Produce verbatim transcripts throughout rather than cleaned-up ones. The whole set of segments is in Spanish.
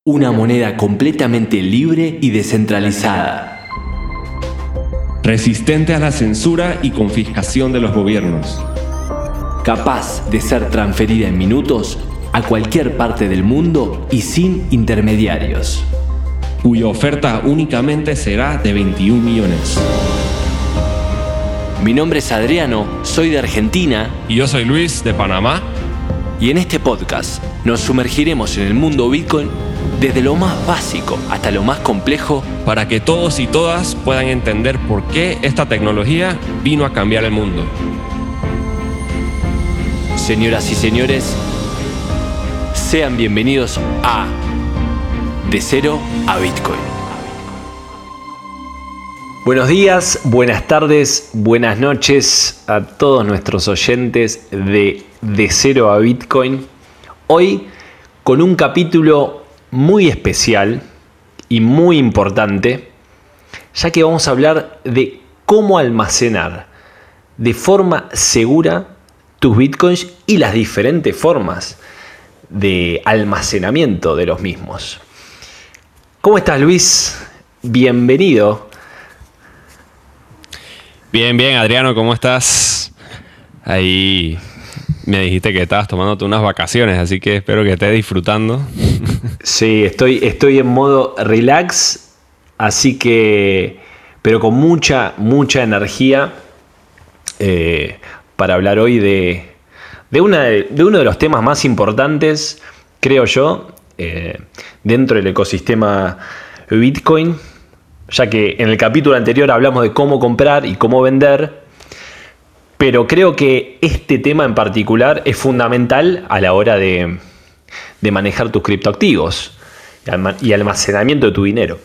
Una moneda completamente libre y descentralizada. Resistente a la censura y confiscación de los gobiernos. Capaz de ser transferida en minutos a cualquier parte del mundo y sin intermediarios. Cuya oferta únicamente será de veintiún millones. Mi nombre es Adriano, soy de Argentina. Y yo soy Luis, de Panamá. Y en este podcast nos sumergiremos en el mundo Bitcoin desde lo más básico hasta lo más complejo, para que todos y todas puedan entender por qué esta tecnología vino a cambiar el mundo. Señoras y señores, sean bienvenidos a De Cero a Bitcoin. Buenos días, buenas tardes, buenas noches a todos nuestros oyentes de De Cero a Bitcoin. Hoy con un capítulo muy especial y muy importante, ya que vamos a hablar de cómo almacenar de forma segura tus bitcoins y las diferentes formas de almacenamiento de los mismos. ¿Cómo estás, Luis? Bienvenido. Bien, bien, Adriano, ¿cómo estás? Ahí me dijiste que estabas tomándote unas vacaciones, así que espero que estés disfrutando. Sí, estoy, estoy en modo relax, así que, pero con mucha, mucha energía eh, para hablar hoy de, de, una, de uno de los temas más importantes, creo yo, eh, dentro del ecosistema Bitcoin, ya que en el capítulo anterior hablamos de cómo comprar y cómo vender. Pero creo que este tema en particular es fundamental a la hora de, de manejar tus criptoactivos y almacenamiento de tu dinero.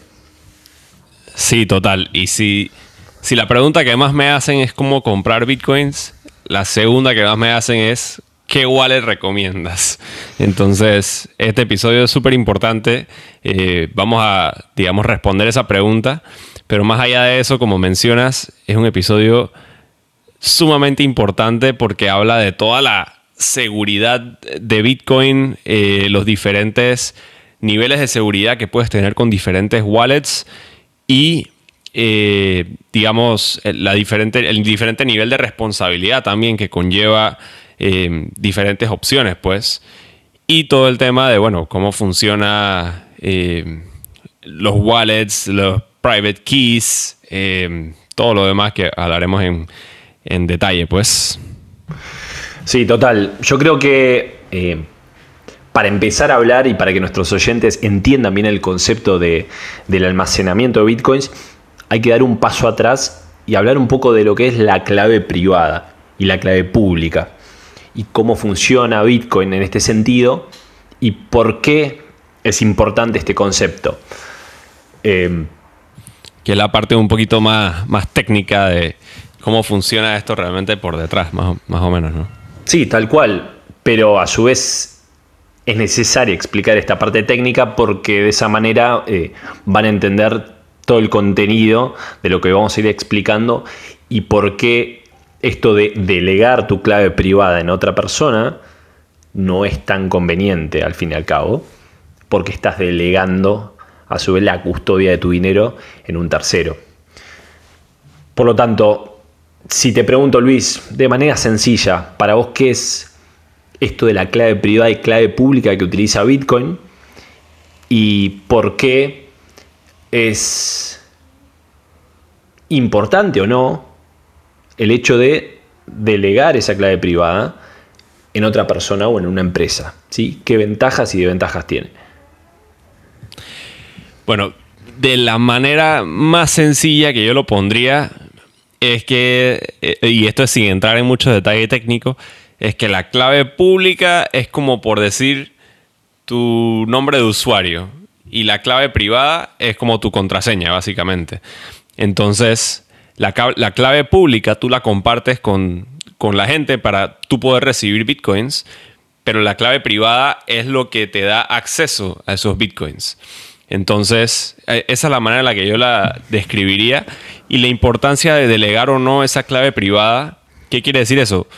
Sí, total. Y si, si la pregunta que más me hacen es cómo comprar bitcoins, la segunda que más me hacen es ¿qué wallet recomiendas? Entonces, este episodio es súper importante. Eh, vamos a, digamos, responder esa pregunta. Pero más allá de eso, como mencionas, es un episodio sumamente importante porque habla de toda la seguridad de Bitcoin, eh, los diferentes niveles de seguridad que puedes tener con diferentes wallets y, eh, digamos, la diferente, el diferente nivel de responsabilidad también que conlleva eh, diferentes opciones, pues. Y todo el tema de, bueno, cómo funciona eh, los wallets, los private keys, eh, todo lo demás que hablaremos en en detalle, pues. Sí, total. Yo creo que eh, para empezar a hablar y para que nuestros oyentes entiendan bien el concepto de, del almacenamiento de bitcoins, hay que dar un paso atrás y hablar un poco de lo que es la clave privada y la clave pública y cómo funciona Bitcoin en este sentido y por qué es importante este concepto. Eh, que es la parte un poquito más, más técnica de cómo funciona esto realmente por detrás, más, más o menos, ¿no? Sí, tal cual. Pero a su vez es necesario explicar esta parte técnica porque de esa manera eh, van a entender todo el contenido de lo que vamos a ir explicando y por qué esto de delegar tu clave privada en otra persona no es tan conveniente al fin y al cabo, porque estás delegando a su vez la custodia de tu dinero en un tercero. Por lo tanto, si te pregunto, Luis, de manera sencilla, para vos, ¿qué es esto de la clave privada y clave pública que utiliza Bitcoin? ¿Y por qué es importante o no el hecho de delegar esa clave privada en otra persona o en una empresa? ¿Sí? ¿Qué ventajas y desventajas tiene? Bueno, de la manera más sencilla que yo lo pondría es que, y esto es sin entrar en mucho detalle técnico, es que la clave pública es como por decir tu nombre de usuario y la clave privada es como tu contraseña, básicamente. Entonces, la, la clave pública tú la compartes con, con la gente para tú poder recibir bitcoins, pero la clave privada es lo que te da acceso a esos bitcoins. Entonces, esa es la manera en la que yo la describiría. Y la importancia de delegar o no esa clave privada, ¿qué quiere decir eso?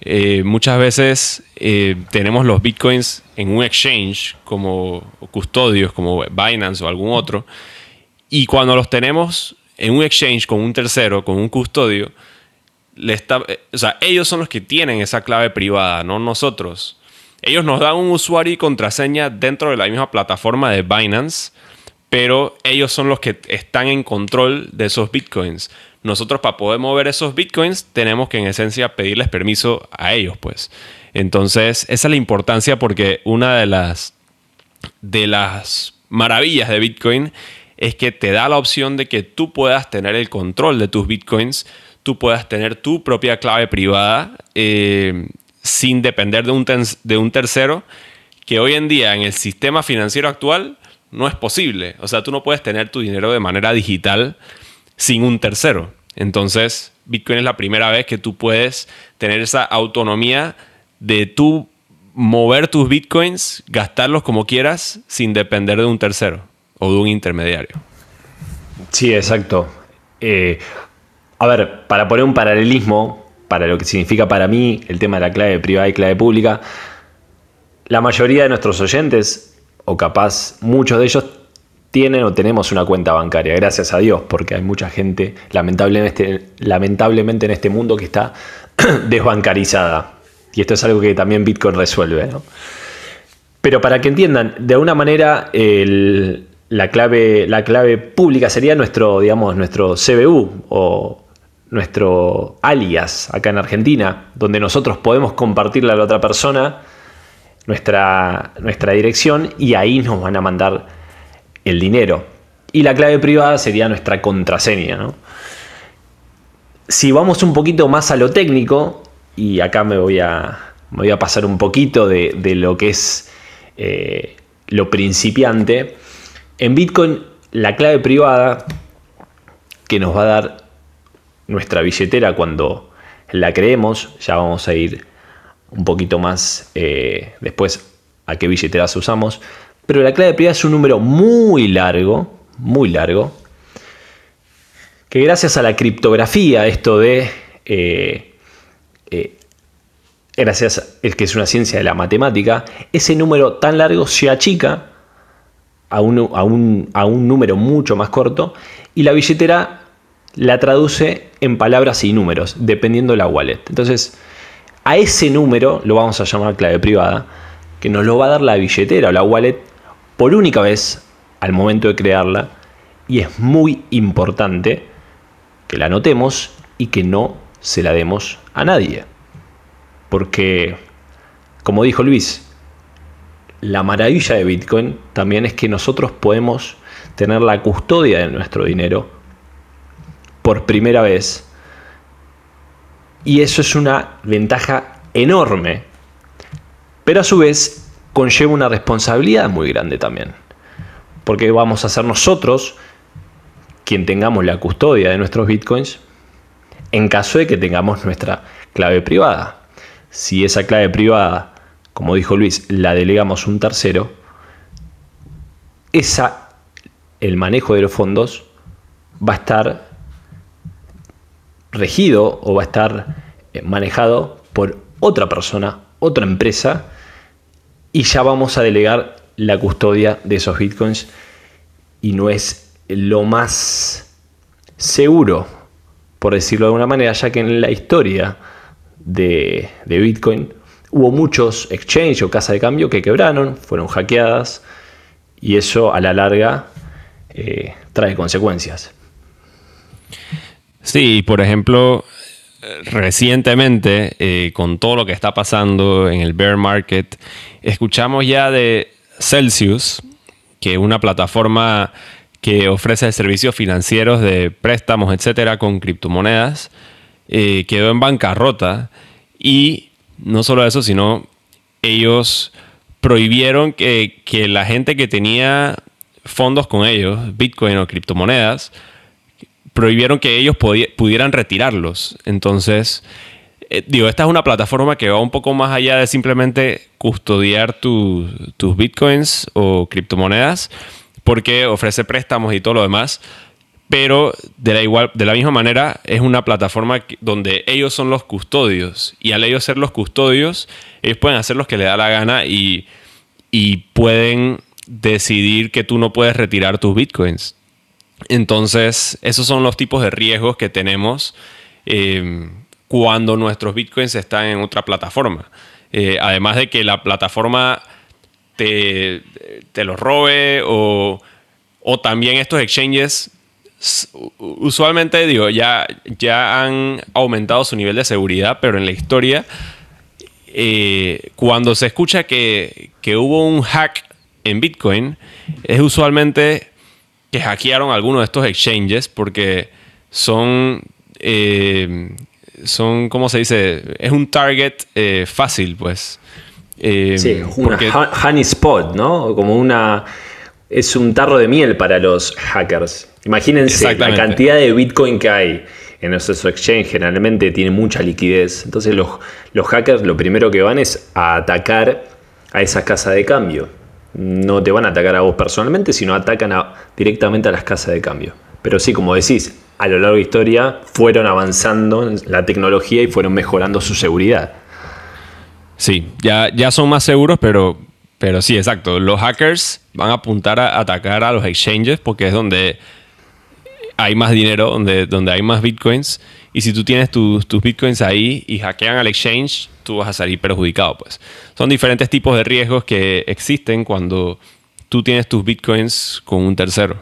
Eh, muchas veces eh, tenemos los bitcoins en un exchange como custodios, como Binance o algún otro, y cuando los tenemos en un exchange con un tercero, con un custodio, le está, o sea, ellos son los que tienen esa clave privada, no nosotros. Ellos nos dan un usuario y contraseña dentro de la misma plataforma de Binance, pero ellos son los que están en control de esos bitcoins. Nosotros, para poder mover esos bitcoins, tenemos que en esencia pedirles permiso a ellos, pues. Entonces, esa es la importancia, porque una de las, de las maravillas de Bitcoin es que te da la opción de que tú puedas tener el control de tus bitcoins, tú puedas tener tu propia clave privada eh, sin depender de un, de un tercero, que hoy en día en el sistema financiero actual no es posible. O sea, tú no puedes tener tu dinero de manera digital sin un tercero. Entonces, Bitcoin es la primera vez que tú puedes tener esa autonomía de tú mover tus bitcoins, gastarlos como quieras, sin depender de un tercero o de un intermediario. Sí, exacto. Eh, a ver, para poner un paralelismo, para lo que significa para mí el tema de la clave privada y clave pública, la mayoría de nuestros oyentes, o capaz muchos de ellos, tienen o tenemos una cuenta bancaria, gracias a Dios, porque hay mucha gente, lamentablemente, lamentablemente en este mundo, que está desbancarizada. Y esto es algo que también Bitcoin resuelve, ¿no? Pero para que entiendan, de alguna manera, el, la, clave, la clave pública sería nuestro, digamos, nuestro C B U o nuestro alias acá en Argentina, donde nosotros podemos compartirle a la otra persona nuestra, nuestra dirección, y ahí nos van a mandar el dinero. Y la clave privada sería nuestra contraseña, ¿no? Si vamos un poquito más a lo técnico, y acá me voy a, me voy a pasar un poquito de, de lo que es eh, lo principiante. En Bitcoin, la clave privada que nos va a dar nuestra billetera cuando la creemos, ya vamos a ir un poquito más eh, después a qué billeteras usamos, pero la clave privada es un número muy largo, muy largo, que gracias a la criptografía, esto de eh, eh, gracias a que es una ciencia de la matemática, ese número tan largo se achica a un, a un, a un número mucho más corto, y la billetera la traduce en palabras y números, dependiendo de la wallet. Entonces, a ese número lo vamos a llamar clave privada, que nos lo va a dar la billetera o la wallet por única vez al momento de crearla, y es muy importante que la anotemos y que no se la demos a nadie. Porque, como dijo Luis, la maravilla de Bitcoin también es que nosotros podemos tener la custodia de nuestro dinero por primera vez, y eso es una ventaja enorme, pero a su vez conlleva una responsabilidad muy grande también, porque vamos a ser nosotros quien tengamos la custodia de nuestros bitcoins en caso de que tengamos nuestra clave privada. Si esa clave privada, como dijo Luis, la delegamos a un tercero, esa, el manejo de los fondos va a estar regido o va a estar manejado por otra persona, otra empresa, y ya vamos a delegar la custodia de esos bitcoins, y no es lo más seguro, por decirlo de alguna manera, ya que en la historia de, de Bitcoin hubo muchos exchanges o casas de cambio que quebraron, fueron hackeadas, y eso a la larga eh, trae consecuencias. Sí, por ejemplo, recientemente, eh, con todo lo que está pasando en el bear market, escuchamos ya de Celsius, que es una plataforma que ofrece servicios financieros de préstamos, etcétera, con criptomonedas, eh, quedó en bancarrota. Y no solo eso, sino ellos prohibieron que, que la gente que tenía fondos con ellos, Bitcoin o criptomonedas, prohibieron que ellos pudieran retirarlos. Entonces, eh, digo, esta es una plataforma que va un poco más allá de simplemente custodiar tu, tus bitcoins o criptomonedas, porque ofrece préstamos y todo lo demás, pero de la, igual, de la misma manera es una plataforma que, donde ellos son los custodios, y al ellos ser los custodios, ellos pueden hacer lo que les da la gana y, y pueden decidir que tú no puedes retirar tus bitcoins. Entonces, esos son los tipos de riesgos que tenemos eh, cuando nuestros bitcoins están en otra plataforma. Eh, además de que la plataforma te, te los robe, o, o también estos exchanges usualmente, digo, ya, ya han aumentado su nivel de seguridad, pero en la historia, eh, cuando se escucha que, que hubo un hack en Bitcoin, es usualmente que hackearon algunos de estos exchanges, porque son, eh, son, ¿cómo se dice? Es un target eh, fácil, pues. Eh, sí, una porque... honey spot, ¿no? Como una... Es un tarro de miel para los hackers. Imagínense la cantidad de Bitcoin que hay en esos exchanges. Generalmente tiene mucha liquidez. Entonces los, los hackers lo primero que van es a atacar a esa casa de cambio. No te van a atacar a vos personalmente, sino atacan a, directamente a las casas de cambio. Pero sí, como decís, a lo largo de la historia fueron avanzando en la tecnología y fueron mejorando su seguridad. Sí, ya, ya son más seguros, pero... Pero sí, exacto. Los hackers van a apuntar a atacar a los exchanges porque es donde hay más dinero, donde, donde hay más bitcoins. Y si tú tienes tus, tus bitcoins ahí y hackean al exchange, tú vas a salir perjudicado, pues. Son diferentes tipos de riesgos que existen cuando tú tienes tus bitcoins con un tercero.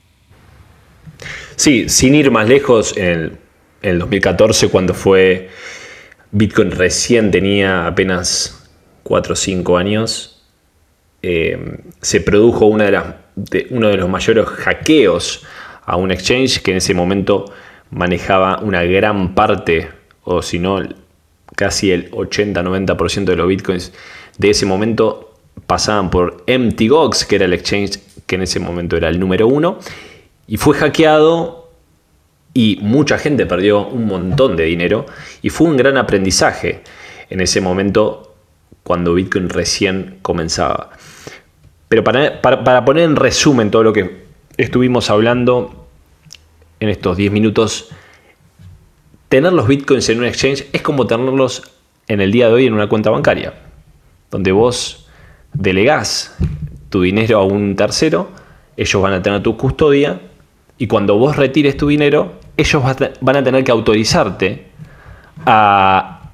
Sí, sin ir más lejos, en el, en el dos mil catorce, cuando fue Bitcoin recién tenía apenas cuatro o cinco años, Eh, se produjo una de las, de, uno de los mayores hackeos a un exchange que en ese momento manejaba una gran parte, o si no, casi el ochenta a noventa por ciento de los bitcoins de ese momento pasaban por M T G O X, que era el exchange que en ese momento era el número uno, y fue hackeado y mucha gente perdió un montón de dinero, y fue un gran aprendizaje en ese momento cuando Bitcoin recién comenzaba. Pero para, para, para poner en resumen todo lo que estuvimos hablando en estos diez minutos, tener los bitcoins en un exchange es como tenerlos en el día de hoy en una cuenta bancaria, donde vos delegás tu dinero a un tercero, ellos van a tener tu custodia, y cuando vos retires tu dinero, ellos van a tener que autorizarte a,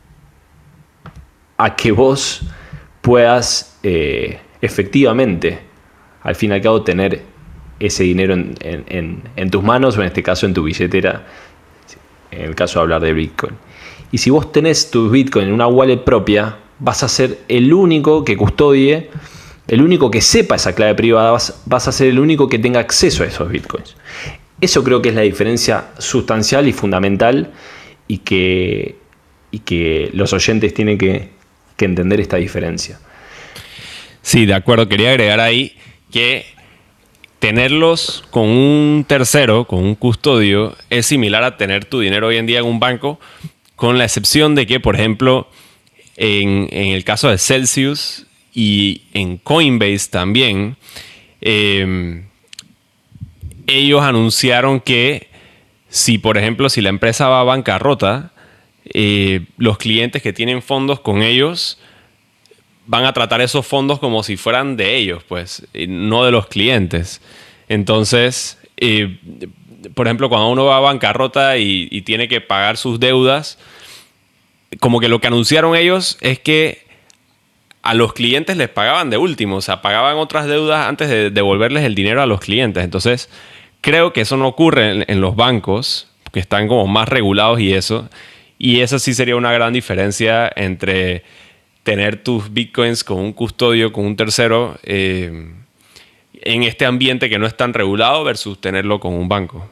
a que vos puedas... Eh, efectivamente, al fin y al cabo, tener ese dinero en, en, en, en tus manos, o en este caso en tu billetera, en el caso de hablar de Bitcoin. Y si vos tenés tu Bitcoin en una wallet propia, vas a ser el único que custodie, el único que sepa esa clave privada, vas, vas a ser el único que tenga acceso a esos Bitcoins. Eso creo que es la diferencia sustancial y fundamental, y que, y que los oyentes tienen que, que entender esta diferencia. Sí, de acuerdo. Quería agregar ahí que tenerlos con un tercero, con un custodio, es similar a tener tu dinero hoy en día en un banco, con la excepción de que, por ejemplo, en, en el caso de Celsius y en Coinbase también, eh, ellos anunciaron que si, por ejemplo, si la empresa va a bancarrota, eh, los clientes que tienen fondos con ellos van a tratar esos fondos como si fueran de ellos, pues, no de los clientes. Entonces, eh, por ejemplo, cuando uno va a bancarrota y, y tiene que pagar sus deudas, como que lo que anunciaron ellos es que a los clientes les pagaban de último, o sea, pagaban otras deudas antes de devolverles el dinero a los clientes. Entonces, creo que eso no ocurre en, en los bancos, que están como más regulados y eso. Y esa sí sería una gran diferencia entre tener tus bitcoins con un custodio, con un tercero, eh, en este ambiente que no es tan regulado, versus tenerlo con un banco.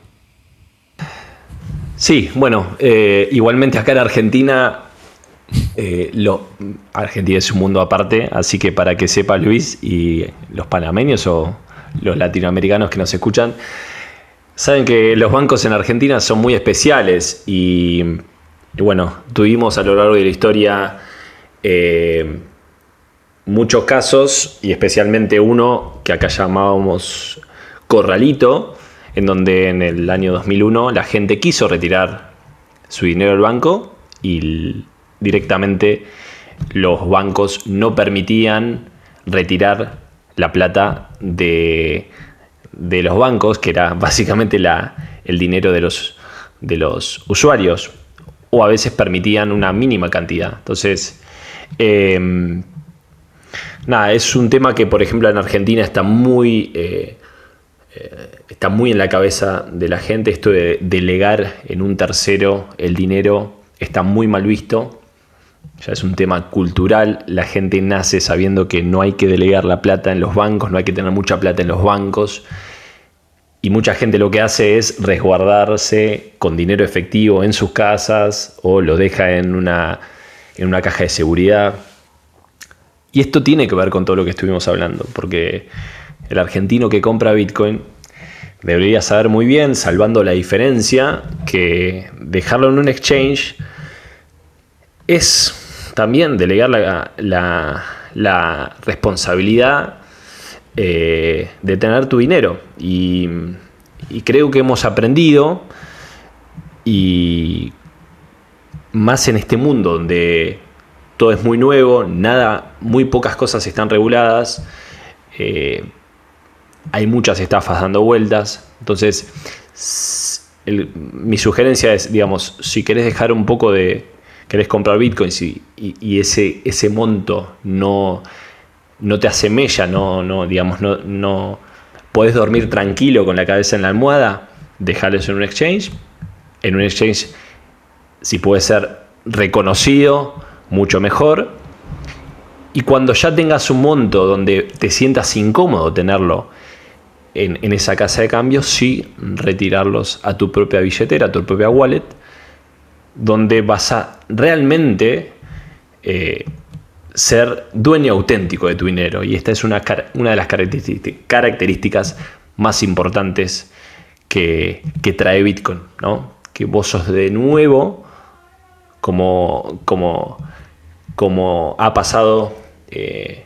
Sí, bueno, eh, igualmente acá en Argentina, eh, lo, Argentina es un mundo aparte, así que para que sepa Luis y los panameños o los latinoamericanos que nos escuchan, saben que los bancos en Argentina son muy especiales y, y bueno, tuvimos a lo largo de la historia Eh, muchos casos, y especialmente uno que acá llamábamos Corralito, en donde en el año dos mil uno la gente quiso retirar su dinero del banco y directamente los bancos no permitían retirar la plata de, de los bancos, que era básicamente la, el dinero de los, de los usuarios, o a veces permitían una mínima cantidad. Entonces, eh, nada, es un tema que, por ejemplo, en Argentina está muy, eh, eh, está muy en la cabeza de la gente. Esto de delegar en un tercero el dinero está muy mal visto. Ya es un tema cultural. La gente nace sabiendo que no hay que delegar la plata en los bancos, no hay que tener mucha plata en los bancos. Y mucha gente lo que hace es resguardarse con dinero efectivo en sus casas o lo deja en una, en una caja de seguridad. Y esto tiene que ver con todo lo que estuvimos hablando, porque el argentino que compra Bitcoin debería saber muy bien, salvando la diferencia, que dejarlo en un exchange es también delegar la, la, la responsabilidad eh, de tener tu dinero. Y, y creo que hemos aprendido, y más en este mundo donde todo es muy nuevo, nada, muy pocas cosas están reguladas, eh, hay muchas estafas dando vueltas. Entonces, el, mi sugerencia es, digamos, si querés dejar un poco de, querés comprar bitcoins y, y, y ese, ese monto no, no te hace mella, no, no, digamos, no, no podés dormir tranquilo con la cabeza en la almohada, dejales en un exchange. En un exchange, si puede ser reconocido, mucho mejor. Y cuando ya tengas un monto donde te sientas incómodo tenerlo en, en esa casa de cambio, sí retirarlos a tu propia billetera, a tu propia wallet, donde vas a realmente eh, ser dueño auténtico de tu dinero. Y esta es una, una de las características más importantes que, que trae Bitcoin, ¿no? Que vos sos de nuevo, como, como, como ha pasado eh,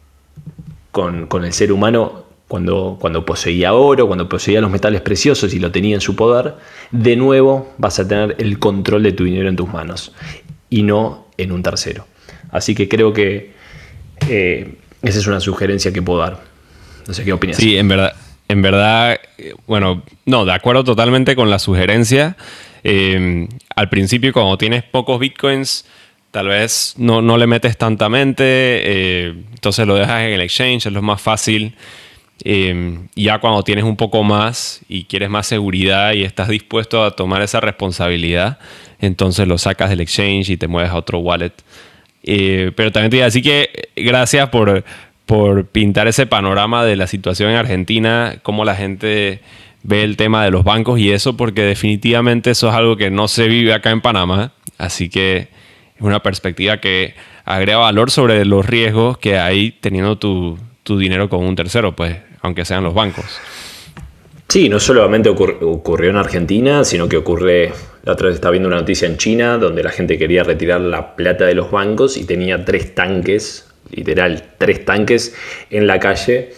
con, con el ser humano cuando, cuando poseía oro, cuando poseía los metales preciosos y lo tenía en su poder. De nuevo vas a tener el control de tu dinero en tus manos y no en un tercero. Así que creo que eh, esa es una sugerencia que puedo dar. No sé qué opinas. Sí, en verdad, en verdad, bueno, no, de acuerdo totalmente con la sugerencia. Eh, al principio, cuando tienes pocos bitcoins, tal vez no, no le metes tanta mente, eh, entonces lo dejas en el exchange, es lo más fácil. Eh, ya cuando tienes un poco más y quieres más seguridad y estás dispuesto a tomar esa responsabilidad, entonces lo sacas del exchange y te mueves a otro wallet. Eh, pero también te digo, así que gracias por, por pintar ese panorama de la situación en Argentina, cómo la gente ve el tema de los bancos y eso, porque definitivamente eso es algo que no se vive acá en Panamá. Así que es una perspectiva que agrega valor sobre los riesgos que hay teniendo tu, tu dinero con un tercero, pues, aunque sean los bancos. Sí, no solamente ocurri- ocurrió en Argentina, sino que ocurre, la otra vez estaba viendo una noticia en China, donde la gente quería retirar la plata de los bancos y tenía tres tanques, literal, tres tanques en la calle,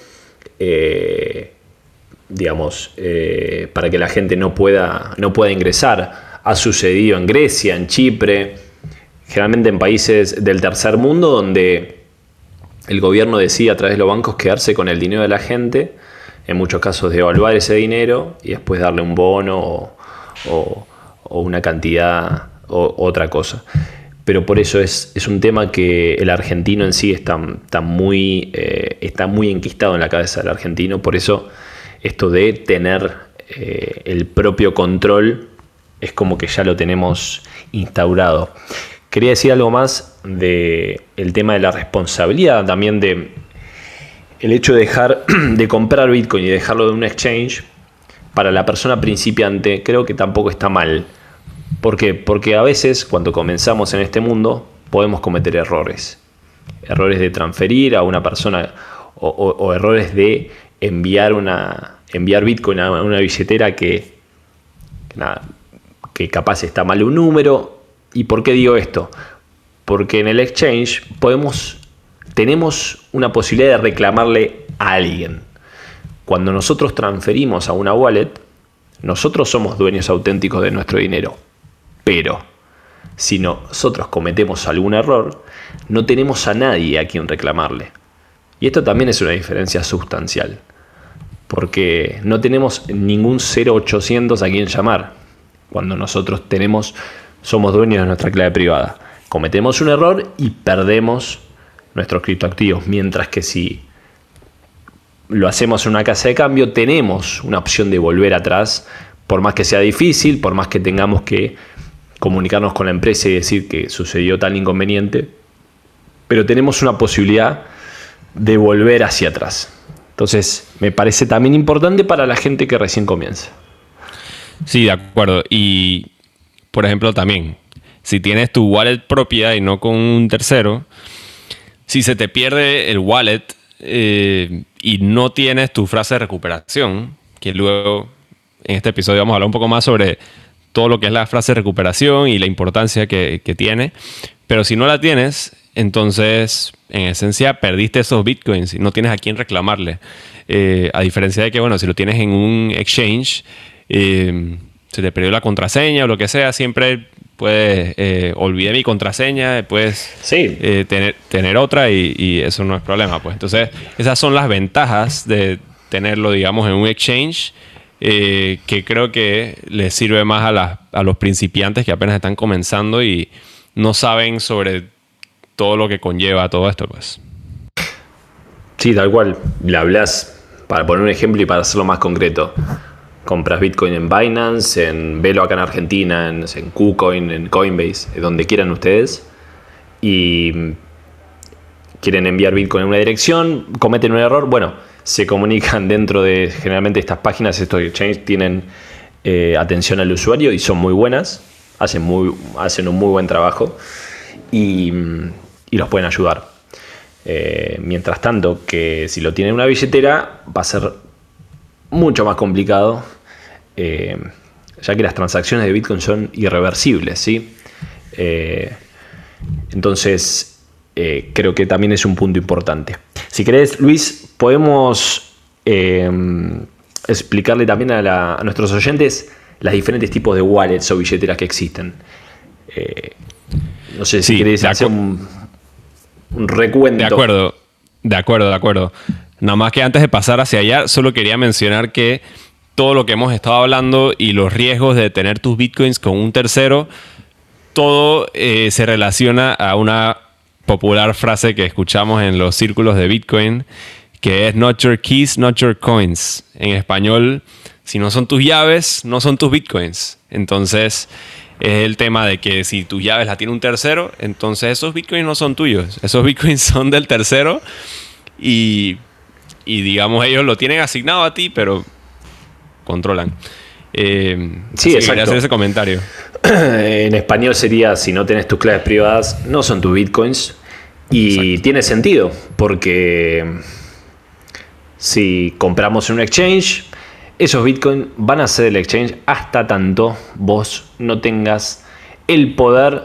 eh, digamos, eh, para que la gente no pueda, no pueda ingresar. Ha sucedido en Grecia, en Chipre, generalmente en países del tercer mundo, donde el gobierno decide a través de los bancos quedarse con el dinero de la gente, en muchos casos devaluar ese dinero y después darle un bono o, o, o una cantidad o otra cosa. Pero por eso es, es un tema que el argentino en sí está, está, muy, eh, está muy enquistado en la cabeza del argentino. Por eso esto de tener eh, el propio control es como que ya lo tenemos instaurado. Quería decir algo más del tema de la responsabilidad, también de el hecho de dejar de comprar Bitcoin y dejarlo de un exchange. Para la persona principiante creo que tampoco está mal. ¿Por qué? Porque a veces cuando comenzamos en este mundo podemos cometer errores. Errores de transferir a una persona o, o, o errores de enviar, una, enviar Bitcoin a una billetera que, que, nada, que capaz está mal un número. ¿Y por qué digo esto? Porque en el exchange podemos, tenemos una posibilidad de reclamarle a alguien. Cuando nosotros transferimos a una wallet, Nosotros somos dueños auténticos de nuestro dinero, pero si nosotros cometemos algún error, no tenemos a nadie a quien reclamarle. Y esto también es una diferencia sustancial, porque no tenemos ningún cero ochocientos a quien llamar cuando nosotros tenemos, somos dueños de nuestra clave privada. Cometemos un error y perdemos nuestros criptoactivos, mientras que si lo hacemos en una casa de cambio, tenemos una opción de volver atrás, por más que sea difícil, por más que tengamos que comunicarnos con la empresa y decir que sucedió tal inconveniente, pero tenemos una posibilidad de volver hacia atrás. Entonces, me parece también importante para la gente que recién comienza. Sí, de acuerdo. Y, por ejemplo, también, si tienes tu wallet propia y no con un tercero, si se te pierde el wallet eh, y no tienes tu frase de recuperación, que luego en este episodio vamos a hablar un poco más sobre todo lo que es la frase de recuperación y la importancia que, que tiene, pero si no la tienes, entonces en esencia perdiste esos bitcoins y no tienes a quién reclamarle. Eh, a diferencia de que, bueno, si lo tienes en un exchange, eh, se te perdió la contraseña o lo que sea, siempre puedes, eh, olvidé mi contraseña, puedes sí. eh, tener, tener otra y, y eso no es problema, pues. Entonces, esas son las ventajas de tenerlo, digamos, en un exchange, eh, que creo que les sirve más a, las, a los principiantes que apenas están comenzando y no saben sobre todo lo que conlleva todo esto, pues. Sí, tal cual. Le hablas, para poner un ejemplo y para hacerlo más concreto. Compras Bitcoin en Binance, en Velo acá en Argentina, en, en KuCoin, en Coinbase, donde quieran ustedes, y quieren enviar Bitcoin en una dirección, cometen un error, bueno, se comunican dentro de, generalmente estas páginas, estos exchanges tienen eh, atención al usuario y son muy buenas, hacen, muy, hacen un muy buen trabajo y, y los pueden ayudar. Eh, mientras tanto, que si lo tienen en una billetera, va a ser mucho más complicado, eh, ya que las transacciones de Bitcoin son irreversibles, ¿sí? Eh, entonces, eh, creo que también es un punto importante. Si querés, Luis, podemos eh, explicarle también a, la, a nuestros oyentes los diferentes tipos de wallets o billeteras que existen. Eh, no sé si sí, querés hacer un, un recuento. De acuerdo, de acuerdo, de acuerdo. Nada más que antes de pasar hacia allá, solo quería mencionar que todo lo que hemos estado hablando y los riesgos de tener tus bitcoins con un tercero, todo eh, se relaciona a una popular frase que escuchamos en los círculos de Bitcoin, que es not your keys, not your coins. En español, si no son tus llaves, no son tus bitcoins. Entonces, es el tema de que si tus llaves las tiene un tercero, entonces esos bitcoins no son tuyos. Esos bitcoins son del tercero y... Y digamos, ellos lo tienen asignado a ti, pero controlan. Eh, sí, exacto. Quería hacer ese comentario. En español sería, si no tenés tus claves privadas, no son tus bitcoins. Y exacto. Tiene sentido, porque si compramos en un exchange, esos bitcoins van a ser del exchange hasta tanto vos no tengas el poder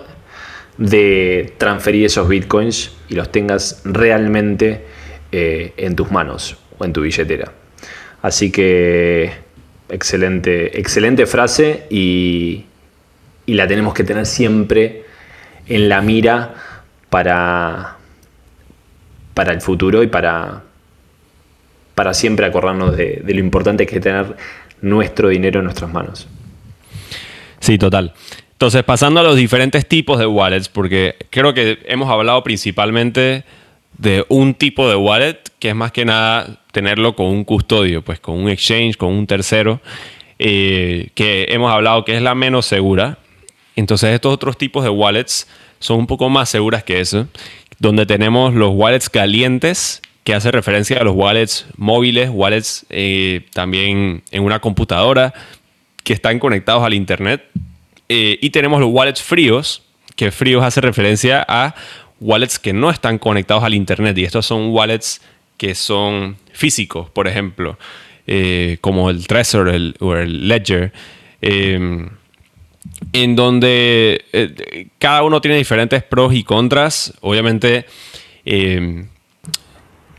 de transferir esos bitcoins y los tengas realmente eh, en tus manos o en tu billetera. Así que excelente, excelente frase y, y la tenemos que tener siempre en la mira para, para el futuro y para, para siempre acordarnos de, de lo importante que es tener nuestro dinero en nuestras manos. Sí, total. Entonces, pasando a los diferentes tipos de wallets, porque creo que hemos hablado principalmente de un tipo de wallet, que es más que nada tenerlo con un custodio, pues con un exchange, con un tercero, eh, que hemos hablado que es la menos segura. Entonces, estos otros tipos de wallets son un poco más seguras que eso, donde tenemos los wallets calientes, que hace referencia a los wallets móviles, wallets eh, también en una computadora, que están conectados al internet. Eh, y tenemos los wallets fríos, que fríos hace referencia a wallets que no están conectados al internet. Y estos son wallets que son físicos, por ejemplo, eh, como el Trezor el, o el Ledger, eh, en donde eh, cada uno tiene diferentes pros y contras. Obviamente, eh,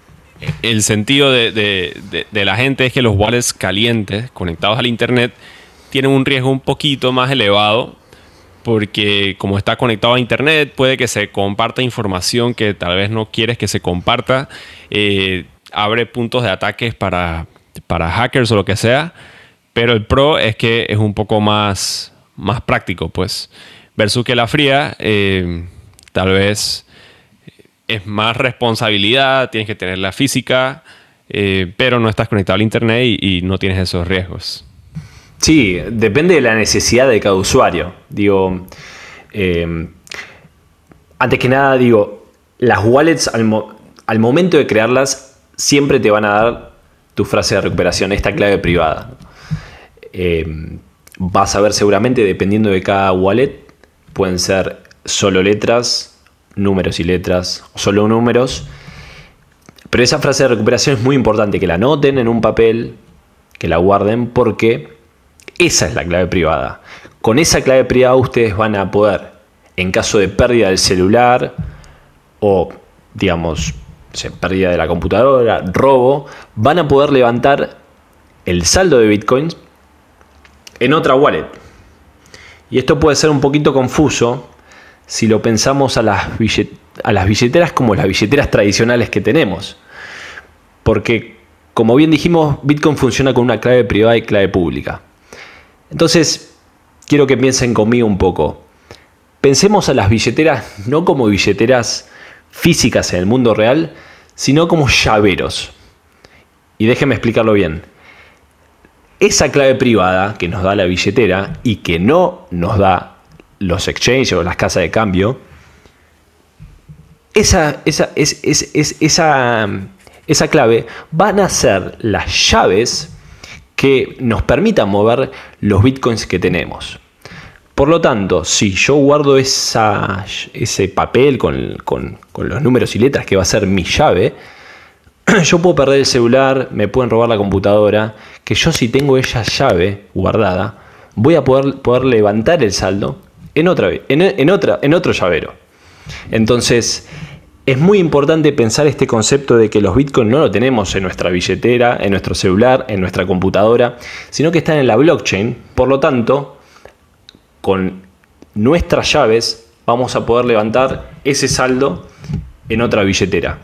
el sentido de, de, de, de la gente es que los wallets calientes conectados al internet tienen un riesgo un poquito más elevado porque como está conectado a internet puede que se comparta información que tal vez no quieres que se comparta. Eh, abre puntos de ataques para, para hackers o lo que sea. Pero el pro es que es un poco más, más práctico, pues. Versus que la fría, eh, tal vez es más responsabilidad, tienes que tener la física, eh, pero no estás conectado al internet y, y no tienes esos riesgos. Sí, depende de la necesidad de cada usuario. Digo, eh, antes que nada, digo, las wallets al, mo- al momento de crearlas siempre te van a dar tu frase de recuperación, esta clave privada. Eh, vas a ver seguramente, dependiendo de cada wallet, pueden ser solo letras, números y letras, o solo números. Pero esa frase de recuperación es muy importante, que la anoten en un papel, que la guarden, porque esa es la clave privada. Con esa clave privada ustedes van a poder, en caso de pérdida del celular o, digamos, pérdida de la computadora, robo, van a poder levantar el saldo de bitcoins en otra wallet. Y esto puede ser un poquito confuso si lo pensamos a las, billet- a las billeteras como las billeteras tradicionales que tenemos. Porque, como bien dijimos, Bitcoin funciona con una clave privada y clave pública. Entonces, quiero que piensen conmigo un poco. Pensemos a las billeteras no como billeteras físicas en el mundo real, sino como llaveros. Y déjenme explicarlo bien. Esa clave privada que nos da la billetera y que no nos da los exchanges o las casas de cambio, esa, esa, es, es, es, esa, esa clave van a ser las llaves que nos permitan mover los bitcoins que tenemos. Por lo tanto, si yo guardo esa, ese papel con, con, con los números y letras que va a ser mi llave, yo puedo perder el celular, me pueden robar la computadora, que yo si tengo esa llave guardada, voy a poder, poder levantar el saldo en, otra, en, en, otra, en otro llavero. Entonces, es muy importante pensar este concepto de que los bitcoins no lo tenemos en nuestra billetera, en nuestro celular, en nuestra computadora, sino que están en la blockchain. Por lo tanto, con nuestras llaves vamos a poder levantar ese saldo en otra billetera.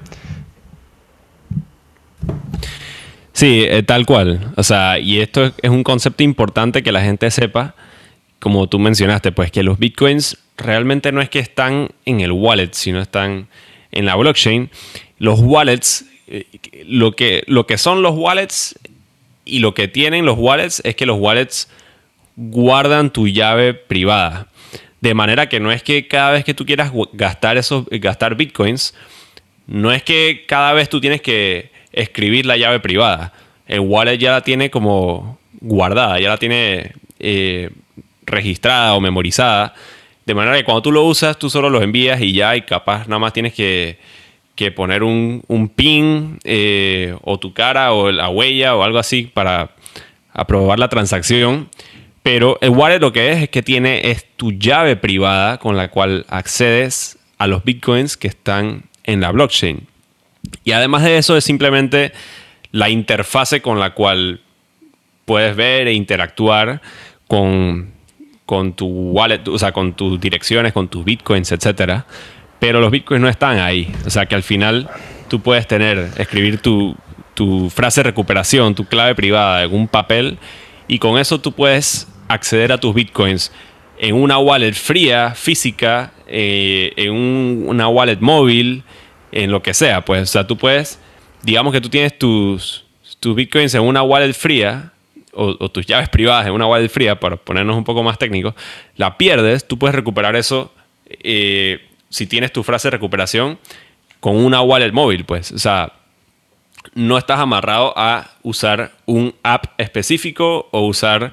Sí, eh, tal cual. O sea, y esto es, es un concepto importante que la gente sepa, como tú mencionaste, pues que los bitcoins realmente no es que están en el wallet, sino están en la blockchain. Los wallets, eh, lo que, lo que son los wallets y lo que tienen los wallets es que los wallets guardan tu llave privada. De manera que no es que cada vez que tú quieras gastar, esos, gastar bitcoins, no es que cada vez tú tienes que escribir la llave privada. El wallet ya la tiene como guardada, ya la tiene eh, registrada o memorizada. De manera que cuando tú lo usas, tú solo lo envías y ya, y capaz nada más tienes que, que poner un, un pin eh, o tu cara o la huella o algo así para aprobar la transacción. Pero el wallet lo que es es que tiene es tu llave privada con la cual accedes a los bitcoins que están en la blockchain. Y además de eso es simplemente la interfase con la cual puedes ver e interactuar con, con tu wallet, o sea, con tus direcciones, con tus bitcoins, etcétera. Pero los bitcoins no están ahí. O sea, que al final tú puedes tener, escribir tu, tu frase de recuperación, tu clave privada en un papel, y con eso tú puedes acceder a tus bitcoins en una wallet fría, física, eh, en un, una wallet móvil, en lo que sea, pues. O sea, tú puedes, digamos que tú tienes tus, tus bitcoins en una wallet fría o, o tus llaves privadas en una wallet fría, para ponernos un poco más técnicos, la pierdes, tú puedes recuperar eso eh, si tienes tu frase de recuperación con una wallet móvil, pues. O sea, no estás amarrado a usar un app específico o usar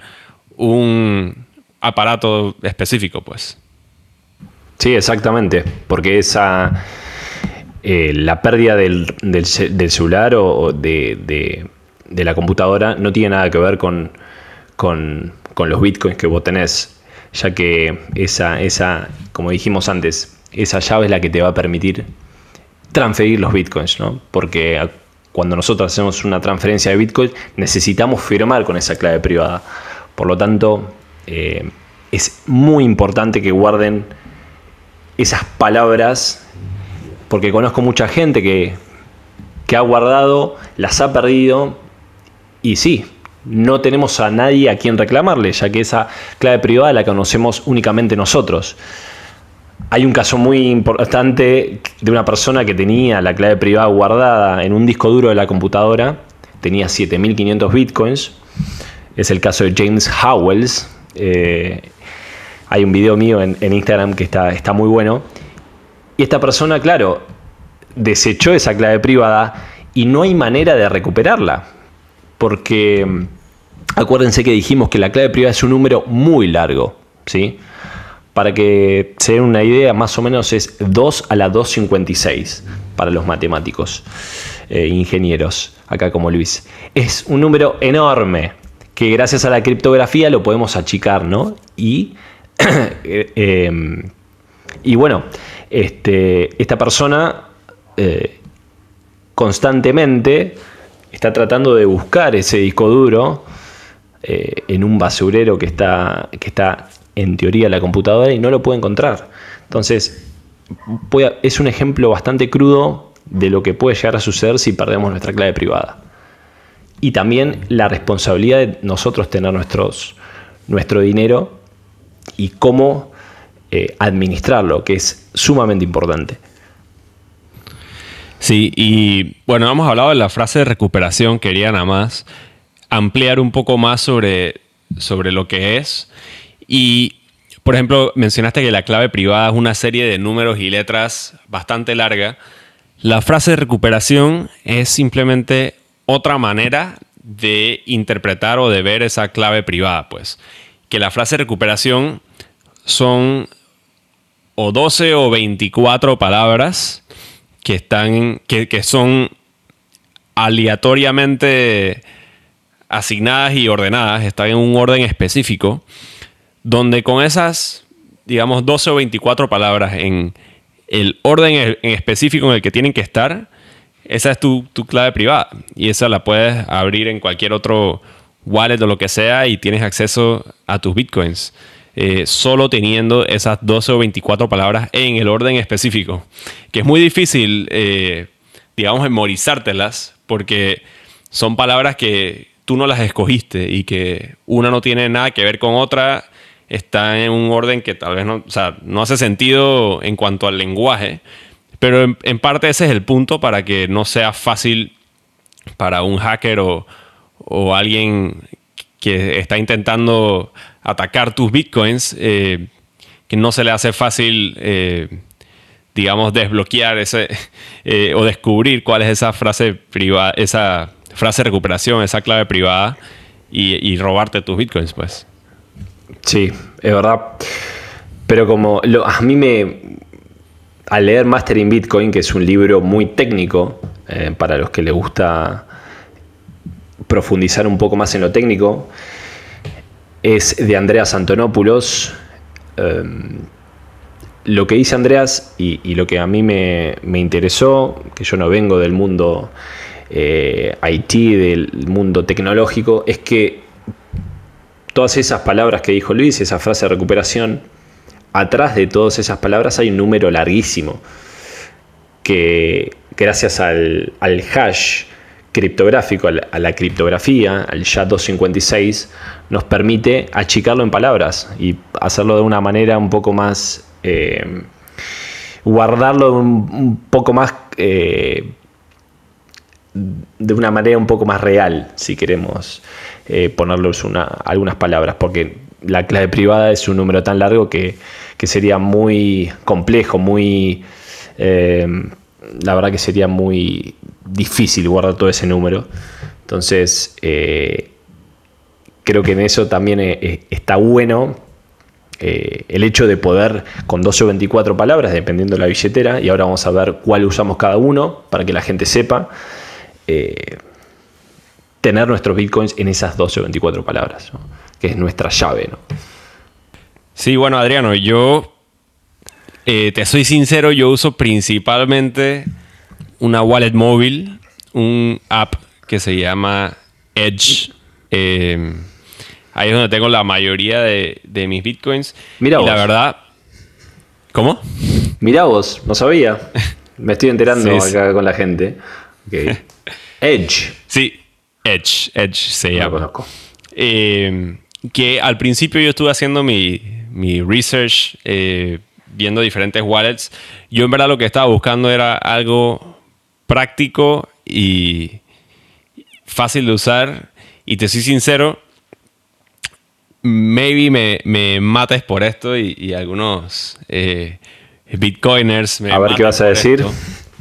un aparato específico, pues. Sí, exactamente, porque esa... Eh, la pérdida del, del, del celular o, o de, de, de la computadora no tiene nada que ver con, con, con los bitcoins que vos tenés, ya que esa, esa, como dijimos antes, esa llave es la que te va a permitir transferir los bitcoins, ¿no? Porque cuando nosotros hacemos una transferencia de bitcoins necesitamos firmar con esa clave privada. Por lo tanto, eh, es muy importante que guarden esas palabras, porque conozco mucha gente que, que ha guardado, las ha perdido, y sí, no tenemos a nadie a quien reclamarle, ya que esa clave privada la conocemos únicamente nosotros. Hay un caso muy importante de una persona que tenía la clave privada guardada en un disco duro de la computadora, tenía siete mil quinientos bitcoins, es el caso de James Howells. Eh, hay un video mío en, en Instagram que está, está muy bueno, y esta persona, claro, desechó esa clave privada y no hay manera de recuperarla, porque acuérdense que dijimos que la clave privada es un número muy largo, ¿sí? Para que se den una idea, más o menos es dos a la doscientos cincuenta y seis para los matemáticos, eh, ingenieros, acá como Luis. Es un número enorme que gracias a la criptografía lo podemos achicar, ¿no? Y, eh, eh, y bueno, este, esta persona eh, constantemente está tratando de buscar ese disco duro eh, en un basurero que está, que está en teoría la computadora y no lo puede encontrar. Entonces, puede, es un ejemplo bastante crudo de lo que puede llegar a suceder si perdemos nuestra clave privada. Y también la responsabilidad de nosotros tener nuestros, nuestro dinero y cómo eh, administrarlo, que es sumamente importante. Sí, y bueno, hemos hablado de la frase de recuperación. Quería nada más ampliar un poco más sobre, sobre lo que es. Y, por ejemplo, mencionaste que la clave privada es una serie de números y letras bastante larga. La frase de recuperación es simplemente otra manera de interpretar o de ver esa clave privada, pues. Que la frase de recuperación son o doce o veinticuatro palabras que están, que, que son aleatoriamente asignadas y ordenadas, están en un orden específico, donde con esas, digamos, doce o veinticuatro palabras en el orden en específico en el que tienen que estar, esa es tu, tu clave privada. Y esa la puedes abrir en cualquier otro wallet o lo que sea y tienes acceso a tus bitcoins. Eh, solo teniendo esas doce o veinticuatro palabras en el orden específico. Que es muy difícil, eh, digamos, memorizártelas, porque son palabras que tú no las escogiste y que una no tiene nada que ver con otra. Está en un orden que tal vez no, o sea, no hace sentido en cuanto al lenguaje, pero en, en parte ese es el punto para que no sea fácil para un hacker o, o alguien que está intentando atacar tus bitcoins, eh, que no se le hace fácil, eh, digamos, desbloquear ese eh, o descubrir cuál es esa frase privada, esa frase de recuperación, esa clave privada y, y robarte tus bitcoins, pues. Sí, es verdad. Pero como lo, a mí me... Al leer Mastering Bitcoin, que es un libro muy técnico, eh, para los que les gusta profundizar un poco más en lo técnico, es de Andreas Antonopoulos. Eh, lo que dice Andreas y, y lo que a mí me, me interesó, que yo no vengo del mundo eh, I T, del mundo tecnológico, es que todas esas palabras que dijo Luis, esa frase de recuperación, atrás de todas esas palabras hay un número larguísimo que gracias al, al hash criptográfico, a la criptografía, al S H A doscientos cincuenta y seis, nos permite achicarlo en palabras y hacerlo de una manera un poco más, eh, guardarlo un, un poco más, eh, de una manera un poco más real, si queremos eh, ponerles una, algunas palabras, porque la clave privada es un número tan largo que, que sería muy complejo, muy... Eh, la verdad que sería muy difícil guardar todo ese número. Entonces, eh, creo que en eso también eh, está bueno eh, el hecho de poder, con doce o veinticuatro palabras, dependiendo de la billetera, y ahora vamos a ver cuál usamos cada uno, para que la gente sepa, eh, tener nuestros bitcoins en esas doce o veinticuatro palabras, ¿no? Que es nuestra llave, ¿no? Sí, bueno, Adriano, yo eh, te soy sincero, yo uso principalmente una wallet móvil, un app que se llama Edge. Eh, Ahí es donde tengo la mayoría de, de mis bitcoins. Mira y vos. la verdad... ¿Cómo? Mirá vos, no sabía. Me estoy enterando Sí, acá con la gente. Okay. Edge. Sí, Edge. Edge se No lo llama. conozco. Eh, que al principio yo estuve haciendo mi, mi research, eh, viendo diferentes wallets. Yo en verdad lo que estaba buscando era algo práctico y fácil de usar. Y te soy sincero, maybe me, me mates por esto y, y algunos eh, bitcoiners me A ver qué maten vas a por decir. esto.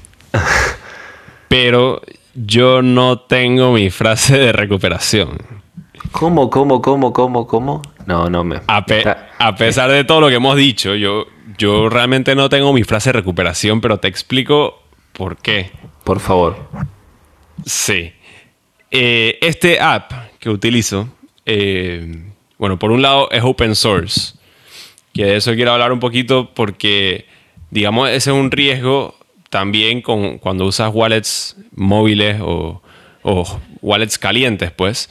Pero yo no tengo mi frase de recuperación. ¿Cómo, cómo, cómo, cómo, cómo? No, no me... A, pe- está- a pesar de todo lo que hemos dicho, yo, yo realmente no tengo mi frase de recuperación, pero te explico por qué. Por favor. Sí. Eh, este app que utilizo, eh, bueno, por un lado es open source, que de eso quiero hablar un poquito porque, digamos, ese es un riesgo también con, cuando usas wallets móviles o, o wallets calientes, pues,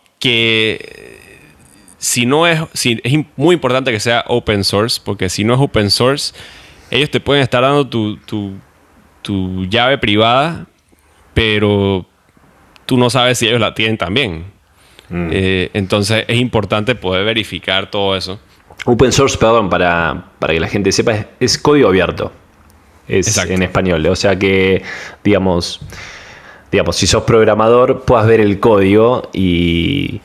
que si no es, si, es muy importante que sea open source, porque si no es open source, ellos te pueden estar dando tu, tu, tu llave privada, pero tú no sabes si ellos la tienen también. Mm. Eh, entonces es importante poder verificar todo eso. Open source, perdón, para, para que la gente sepa, es, es código abierto. Es Exacto. En español. O sea que, digamos, digamos, si sos programador, puedas ver el código y,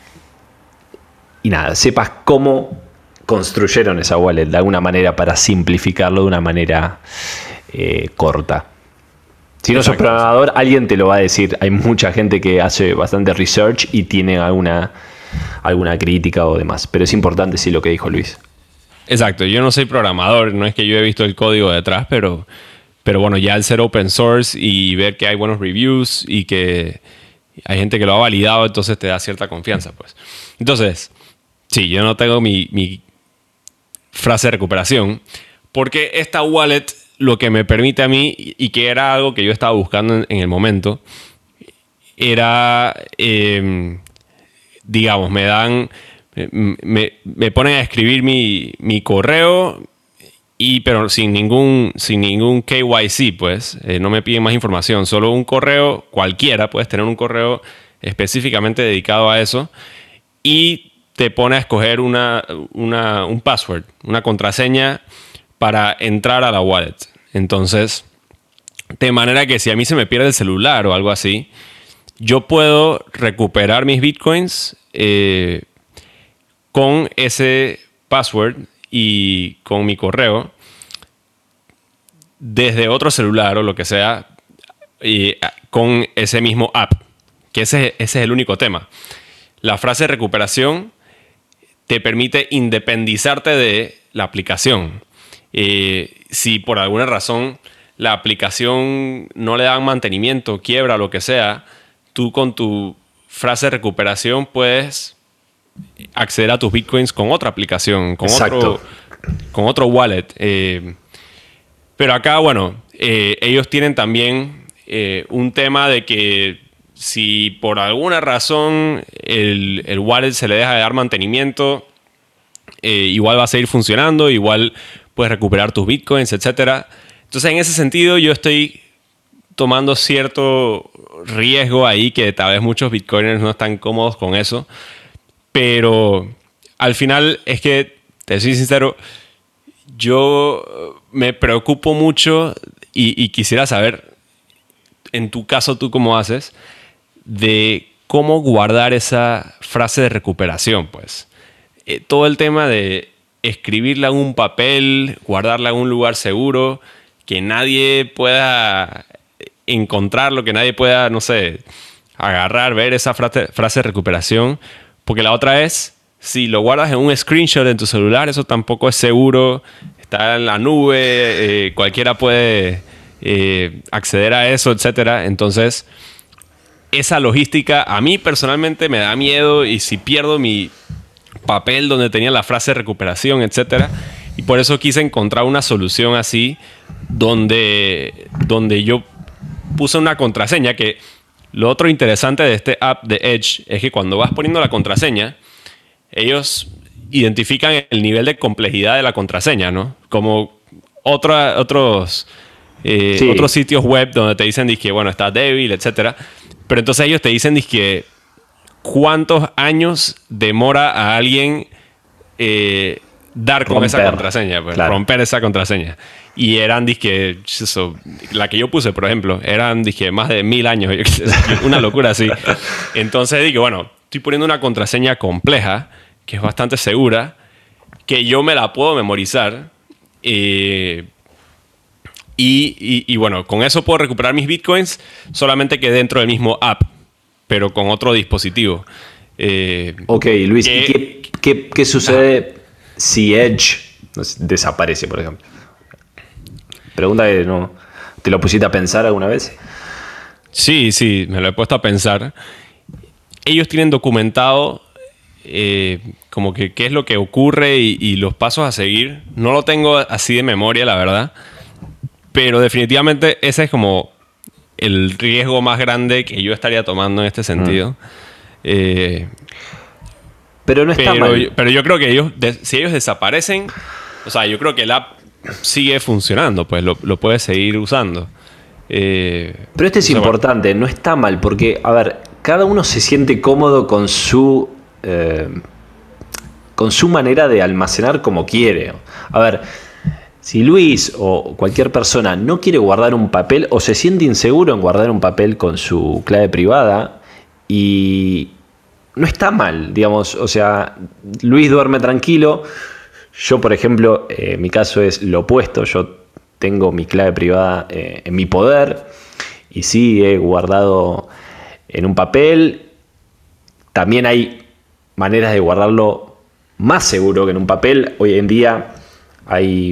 y nada, sepas cómo construyeron esa wallet de alguna manera para simplificarlo de una manera eh, corta. Si no sos programador, alguien te lo va a decir. Hay mucha gente que hace bastante research y tiene alguna, alguna crítica o demás. Pero es importante, sí, lo que dijo Luis. Exacto. Yo no soy programador. No es que yo he visto el código detrás, pero, pero bueno, ya al ser open source y ver que hay buenos reviews y que hay gente que lo ha validado, entonces te da cierta confianza, pues. Entonces, sí, yo no tengo mi, mi frase de recuperación porque esta wallet... Lo que me permite a mí, y que era algo que yo estaba buscando en, en el momento, era, eh, digamos, me dan, me, me ponen a escribir mi, mi correo, y, pero sin ningún, sin ningún K Y C, pues, eh, no me piden más información, solo un correo cualquiera, puedes tener un correo específicamente dedicado a eso, y te pone a escoger una, una, un password, una contraseña, para entrar a la wallet. Entonces, de manera que si a mí se me pierde el celular o algo así, yo puedo recuperar mis bitcoins eh, con ese password y con mi correo desde otro celular o lo que sea, y con ese mismo app. Que ese, ese es el único tema. La frase de recuperación te permite independizarte de la aplicación. Eh, si por alguna razón la aplicación no le dan mantenimiento, quiebra, lo que sea, tú con tu frase de recuperación puedes acceder a tus bitcoins con otra aplicación, con, otro, con otro wallet. Eh, pero acá, bueno, eh, ellos tienen también eh, un tema de que si por alguna razón el, el wallet se le deja de dar mantenimiento, eh, igual va a seguir funcionando, igual puedes recuperar tus bitcoins, etcétera. Entonces, en ese sentido, yo estoy tomando cierto riesgo ahí, que tal vez muchos bitcoiners no están cómodos con eso. Pero al final, es que, te soy sincero, yo me preocupo mucho y, y quisiera saber, en tu caso, tú cómo haces, de cómo guardar esa frase de recuperación, pues. Eh, todo el tema de escribirla en un papel, guardarla en un lugar seguro, que nadie pueda encontrarlo, que nadie pueda, no sé, agarrar, ver esa frase, frase de recuperación. Porque la otra es, si lo guardas en un screenshot en tu celular, eso tampoco es seguro, está en la nube, eh, cualquiera puede eh, acceder a eso, etcétera. Entonces, esa logística a mí personalmente me da miedo, y si pierdo mi papel donde tenía la frase de recuperación, etcétera. Y por eso quise encontrar una solución así, donde, donde yo puse una contraseña. Que lo otro interesante de este app de Edge es que cuando vas poniendo la contraseña, ellos identifican el nivel de complejidad de la contraseña, ¿no? Como otra, otros, eh, sí. otros sitios web donde te dicen que, bueno, está débil, etcétera. Pero entonces ellos te dicen que cuántos años demora a alguien eh, dar con romper, esa contraseña, pues, claro. romper esa contraseña. Y eran, dizque, eso, la que yo puse, por ejemplo, eran, dizque, más de mil años. Una locura así. Entonces dije, bueno, estoy poniendo una contraseña compleja, que es bastante segura, que yo me la puedo memorizar. Eh, y, y, y bueno, con eso puedo recuperar mis bitcoins, solamente que dentro del mismo app, pero con otro dispositivo. Eh, ok, Luis, que, ¿y qué, qué, qué sucede ah, si Edge desaparece, por ejemplo? Pregunta que no... ¿Te lo pusiste a pensar alguna vez? Sí, sí, me lo he puesto a pensar. Ellos tienen documentado eh, como que qué es lo que ocurre y, y los pasos a seguir. No lo tengo así de memoria, la verdad. Pero definitivamente ese es como el riesgo más grande que yo estaría tomando en este sentido. Mm. Eh, pero no está pero, mal. Pero yo creo que ellos, si ellos desaparecen, o sea, yo creo que el app sigue funcionando, pues lo, lo puedes seguir usando. Eh, pero este es importante, bueno. No está mal, porque, a ver, cada uno se siente cómodo con su eh, con su manera de almacenar como quiere. A ver, si Luis o cualquier persona no quiere guardar un papel o se siente inseguro en guardar un papel con su clave privada, y no está mal, digamos, o sea, Luis duerme tranquilo. Yo, por ejemplo, eh, mi caso es lo opuesto. Yo tengo mi clave privada eh, en mi poder y sí he guardado en un papel. También hay maneras de guardarlo más seguro que en un papel. Hoy en día hay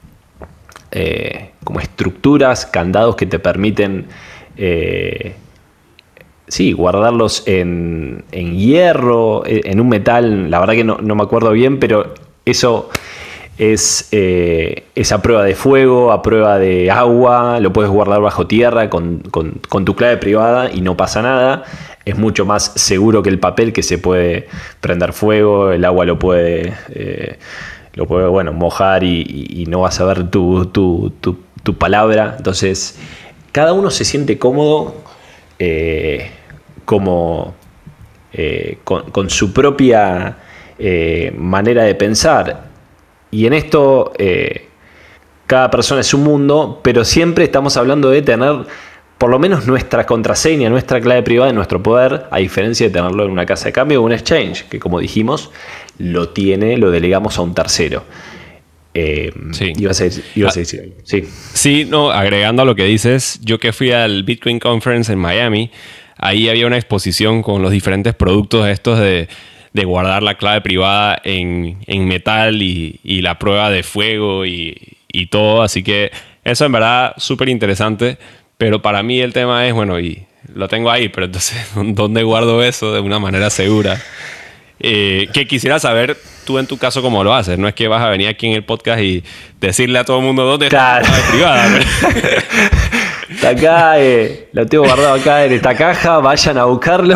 eh, como estructuras, candados que te permiten eh, sí, guardarlos en, en hierro, en un metal. La verdad que no, no me acuerdo bien, pero eso es, eh, es a prueba de fuego, a prueba de agua. Lo puedes guardar bajo tierra con, con, con tu clave privada y no pasa nada. Es mucho más seguro que el papel, que se puede prender fuego, el agua lo puede, eh, lo puede bueno, mojar y, y, y no vas a ver tu, tu, tu, tu palabra. Entonces, cada uno se siente cómodo eh, como eh, con, con su propia eh, manera de pensar. Y en esto eh, cada persona es un mundo, pero siempre estamos hablando de tener por lo menos nuestra contraseña, nuestra clave privada en nuestro poder, a diferencia de tenerlo en una casa de cambio o un exchange, que como dijimos, lo tiene, lo delegamos a un tercero. Eh, sí. Ibas a decir, ibas a decir algo. Sí. Sí, no, agregando a lo que dices, yo que fui al Bitcoin Conference en Miami, ahí había una exposición con los diferentes productos estos de, de guardar la clave privada en, en metal y, y la prueba de fuego y, y todo. Así que eso en verdad súper interesante. Pero para mí el tema es, bueno, y lo tengo ahí, pero entonces, ¿dónde guardo eso de una manera segura? Eh, que quisiera saber tú en tu caso cómo lo haces. No es que vas a venir aquí en el podcast y decirle a todo el mundo dónde claro. está la clave privada. Está acá, eh, lo tengo guardado acá en esta caja, vayan a buscarlo.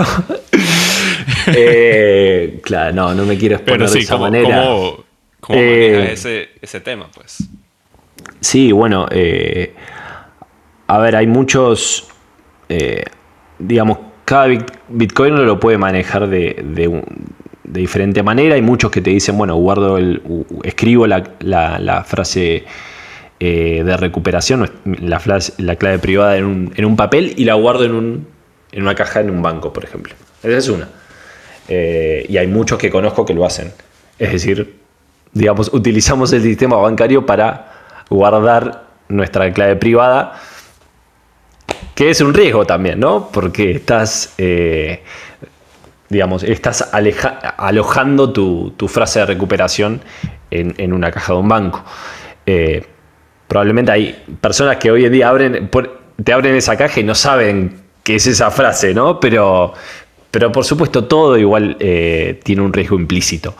eh, claro, no, no me quiero exponer Pero sí, de esa ¿cómo, manera. ¿Cómo, cómo eh, manejas ese, ese tema, pues? Sí, bueno, eh, a ver, hay muchos, eh, digamos, cada bitcoiner lo puede manejar de, de, un, de diferente manera. Hay muchos que te dicen, bueno, guardo el, escribo la, la, la frase eh, de recuperación, la, frase, la clave privada en un, en un papel y la guardo en, un, en una caja en un banco, por ejemplo. Esa es una. Eh, y hay muchos que conozco que lo hacen. Es decir, digamos, utilizamos el sistema bancario para guardar nuestra clave privada, que es un riesgo también, ¿no? Porque estás, eh, digamos, estás aleja, alojando tu, tu frase de recuperación en, en una caja de un banco. Eh, probablemente hay personas que hoy en día abren, te abren esa caja y no saben qué es esa frase, ¿no? Pero, pero por supuesto todo igual eh, tiene un riesgo implícito.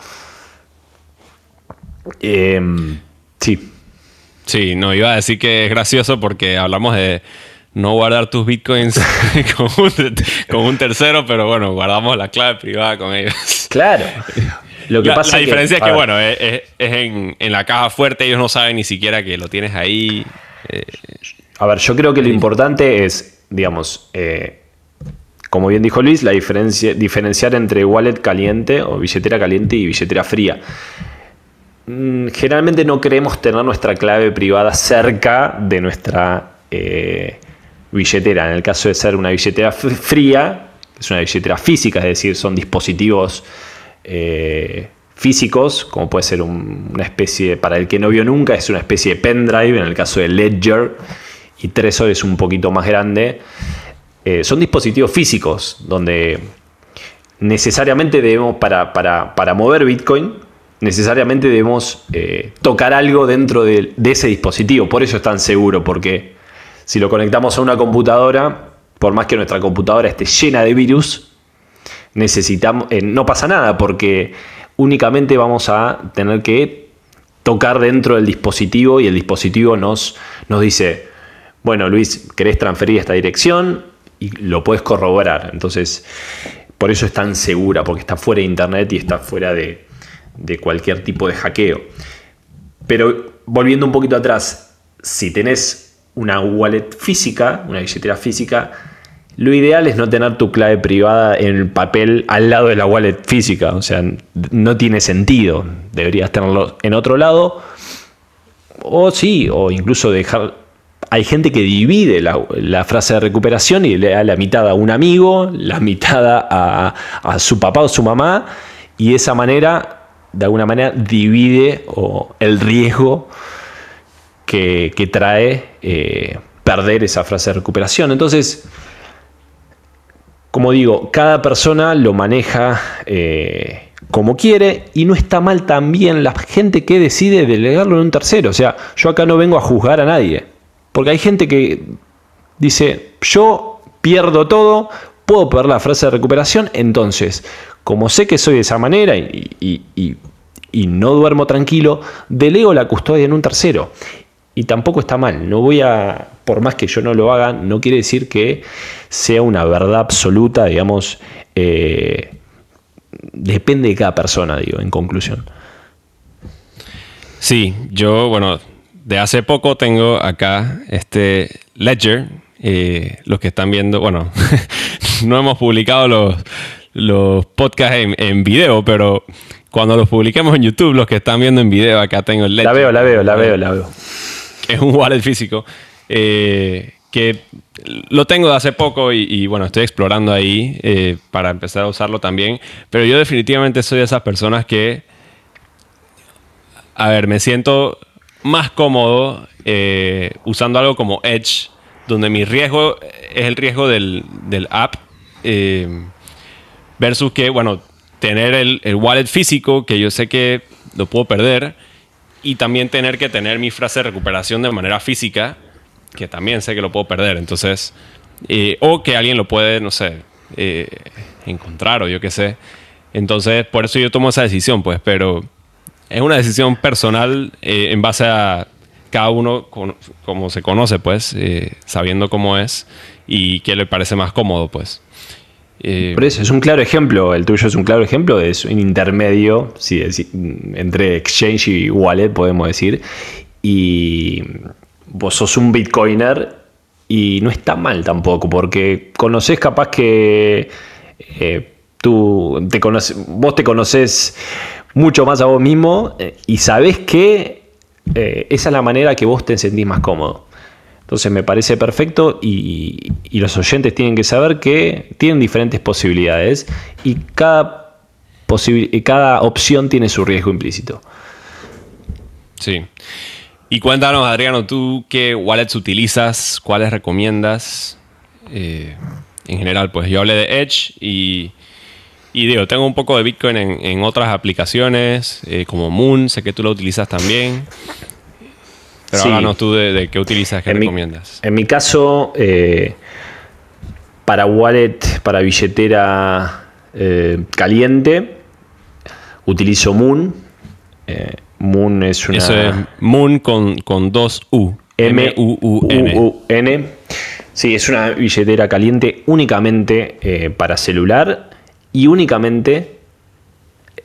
Eh, sí. Sí, no, iba a decir que es gracioso porque hablamos de no guardar tus bitcoins con, un, con un tercero, pero bueno, guardamos la clave privada con ellos. Claro. Lo que la, pasa la es diferencia que, es que, ver, bueno, es, es, es en, en la caja fuerte, ellos no saben ni siquiera que lo tienes ahí. Eh, a ver, yo creo que lo importante es, digamos, eh, como bien dijo Luis, la diferencia, diferenciar entre wallet caliente o billetera caliente y billetera fría. Mm, generalmente no queremos tener nuestra clave privada cerca de nuestra eh, billetera. En el caso de ser una billetera fría, es una billetera física, es decir, son dispositivos eh, físicos, como puede ser un, una especie, para el que no vio nunca, es una especie de pendrive, en el caso de Ledger, y Trezor es un poquito más grande. Eh, son dispositivos físicos donde necesariamente debemos, para, para, para mover Bitcoin, necesariamente debemos eh, tocar algo dentro de, de ese dispositivo. Por eso es tan seguro, porque si lo conectamos a una computadora, por más que nuestra computadora esté llena de virus, necesitamos, eh, no pasa nada, porque únicamente vamos a tener que tocar dentro del dispositivo y el dispositivo nos, nos dice, bueno, Luis, ¿querés transferir esta dirección? Y lo puedes corroborar. Entonces, por eso es tan segura, porque está fuera de internet y está fuera de, de cualquier tipo de hackeo. Pero volviendo un poquito atrás, si tenés una wallet física, una billetera física, lo ideal es no tener tu clave privada en el papel al lado de la wallet física. O sea, no tiene sentido. Deberías tenerlo en otro lado. O sí, o incluso dejar... Hay gente que divide la, la frase de recuperación y le da la mitad a un amigo, la mitad a, a su papá o su mamá, y de esa manera, de alguna manera, divide o, el riesgo que, que trae eh, perder esa frase de recuperación. Entonces, como digo, cada persona lo maneja eh, como quiere, y no está mal también la gente que decide delegarlo en un tercero. O sea, yo acá no vengo a juzgar a nadie. Porque hay gente que dice, yo pierdo todo, puedo perder la frase de recuperación, entonces, como sé que soy de esa manera y, y, y, y no duermo tranquilo, delego la custodia en un tercero. Y tampoco está mal, no voy a, por más que yo no lo haga, no quiere decir que sea una verdad absoluta, digamos, eh, depende de cada persona, digo, en conclusión. Sí, yo, bueno... De hace poco tengo acá este Ledger. Eh, los que están viendo, bueno, no hemos publicado los, los podcasts en, en video, pero cuando los publiquemos en YouTube, los que están viendo en video, acá tengo el Ledger. La veo, la veo, la veo, la veo. Es un wallet físico eh, que lo tengo de hace poco y, y bueno, estoy explorando ahí eh, para empezar a usarlo también. Pero yo definitivamente soy de esas personas que, a ver, me siento... más cómodo eh, usando algo como Edge, donde mi riesgo es el riesgo del, del app, eh, versus que, bueno, tener el, el wallet físico, que yo sé que lo puedo perder, y también tener que tener mi frase de recuperación de manera física, que también sé que lo puedo perder. Entonces, eh, o que alguien lo puede, no sé, eh, encontrar o yo qué sé. Entonces, por eso yo tomo esa decisión, pues, pero... Es una decisión personal eh, en base a cada uno con, como se conoce, pues, eh, sabiendo cómo es y qué le parece más cómodo, pues. Eh, Por eso es un claro ejemplo, el tuyo es un claro ejemplo, es un intermedio sí, es, entre exchange y wallet, podemos decir, y vos sos un bitcoiner y no está mal tampoco, porque conocés capaz que eh, tú te conoces, vos te conocés mucho más a vos mismo eh, y sabés que eh, esa es la manera que vos te sentís más cómodo. Entonces me parece perfecto y, y los oyentes tienen que saber que tienen diferentes posibilidades y cada, posibil- cada opción tiene su riesgo implícito. Sí. Y cuéntanos, Adriano, ¿tú qué wallets utilizas? ¿Cuáles recomiendas? Eh, en general, pues yo hablé de Edge y... Y digo, tengo un poco de Bitcoin en, en otras aplicaciones, eh, como Moon, sé que tú lo utilizas también. Pero sí. Háblanos tú de, de qué utilizas, qué en recomiendas. Mi, en mi caso, eh, para wallet, para billetera eh, caliente, utilizo Moon. Eh, Moon es una... Eso es Moon con, con dos U. M U U N. Sí, es una billetera caliente únicamente eh, para celular. Y únicamente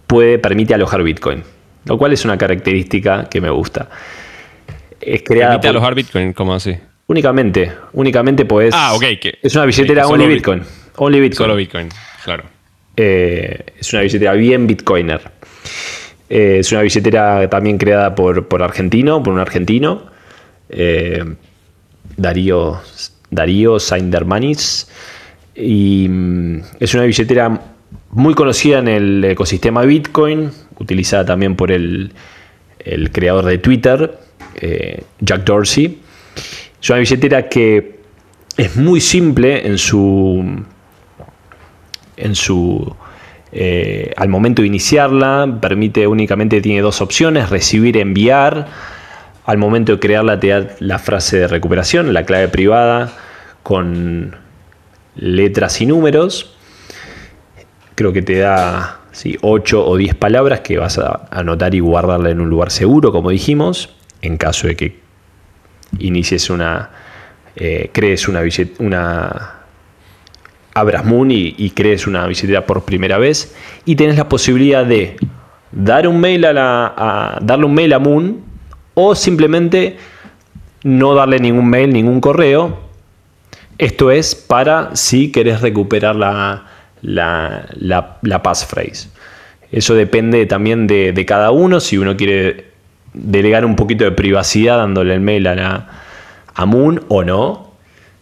puede, permite alojar Bitcoin, lo cual es una característica que me gusta. Es creada ¿Permite por, alojar Bitcoin? ¿Cómo así? Únicamente, únicamente puedes... Ah, ok. Que, es una billetera okay, only bit- Bitcoin. Only Bitcoin. Solo Bitcoin, claro. Eh, es una billetera bien bitcoiner. Eh, es una billetera también creada por, por argentino, por un argentino, eh, Darío, Darío Saindermanis. Y mm, es una billetera muy conocida en el ecosistema Bitcoin, utilizada también por el, el creador de Twitter, eh, Jack Dorsey. Es una billetera que es muy simple en su... en su eh, al momento de iniciarla, permite únicamente, tiene dos opciones, recibir, enviar. Al momento de crearla te da la frase de recuperación, la clave privada con letras y números. Creo que te da sí, ocho o diez palabras que vas a anotar y guardarla en un lugar seguro, como dijimos, en caso de que inicies una eh, crees una billetera, una abras Moon y, y crees una billetera por primera vez, y tenés la posibilidad de dar un mail a la, a, darle un mail a Moon, o simplemente no darle ningún mail, ningún correo. Esto es para si querés recuperar la, la, la, la passphrase. Eso depende también de, de cada uno. Si uno quiere delegar un poquito de privacidad dándole el mail a, la, a Moon o no.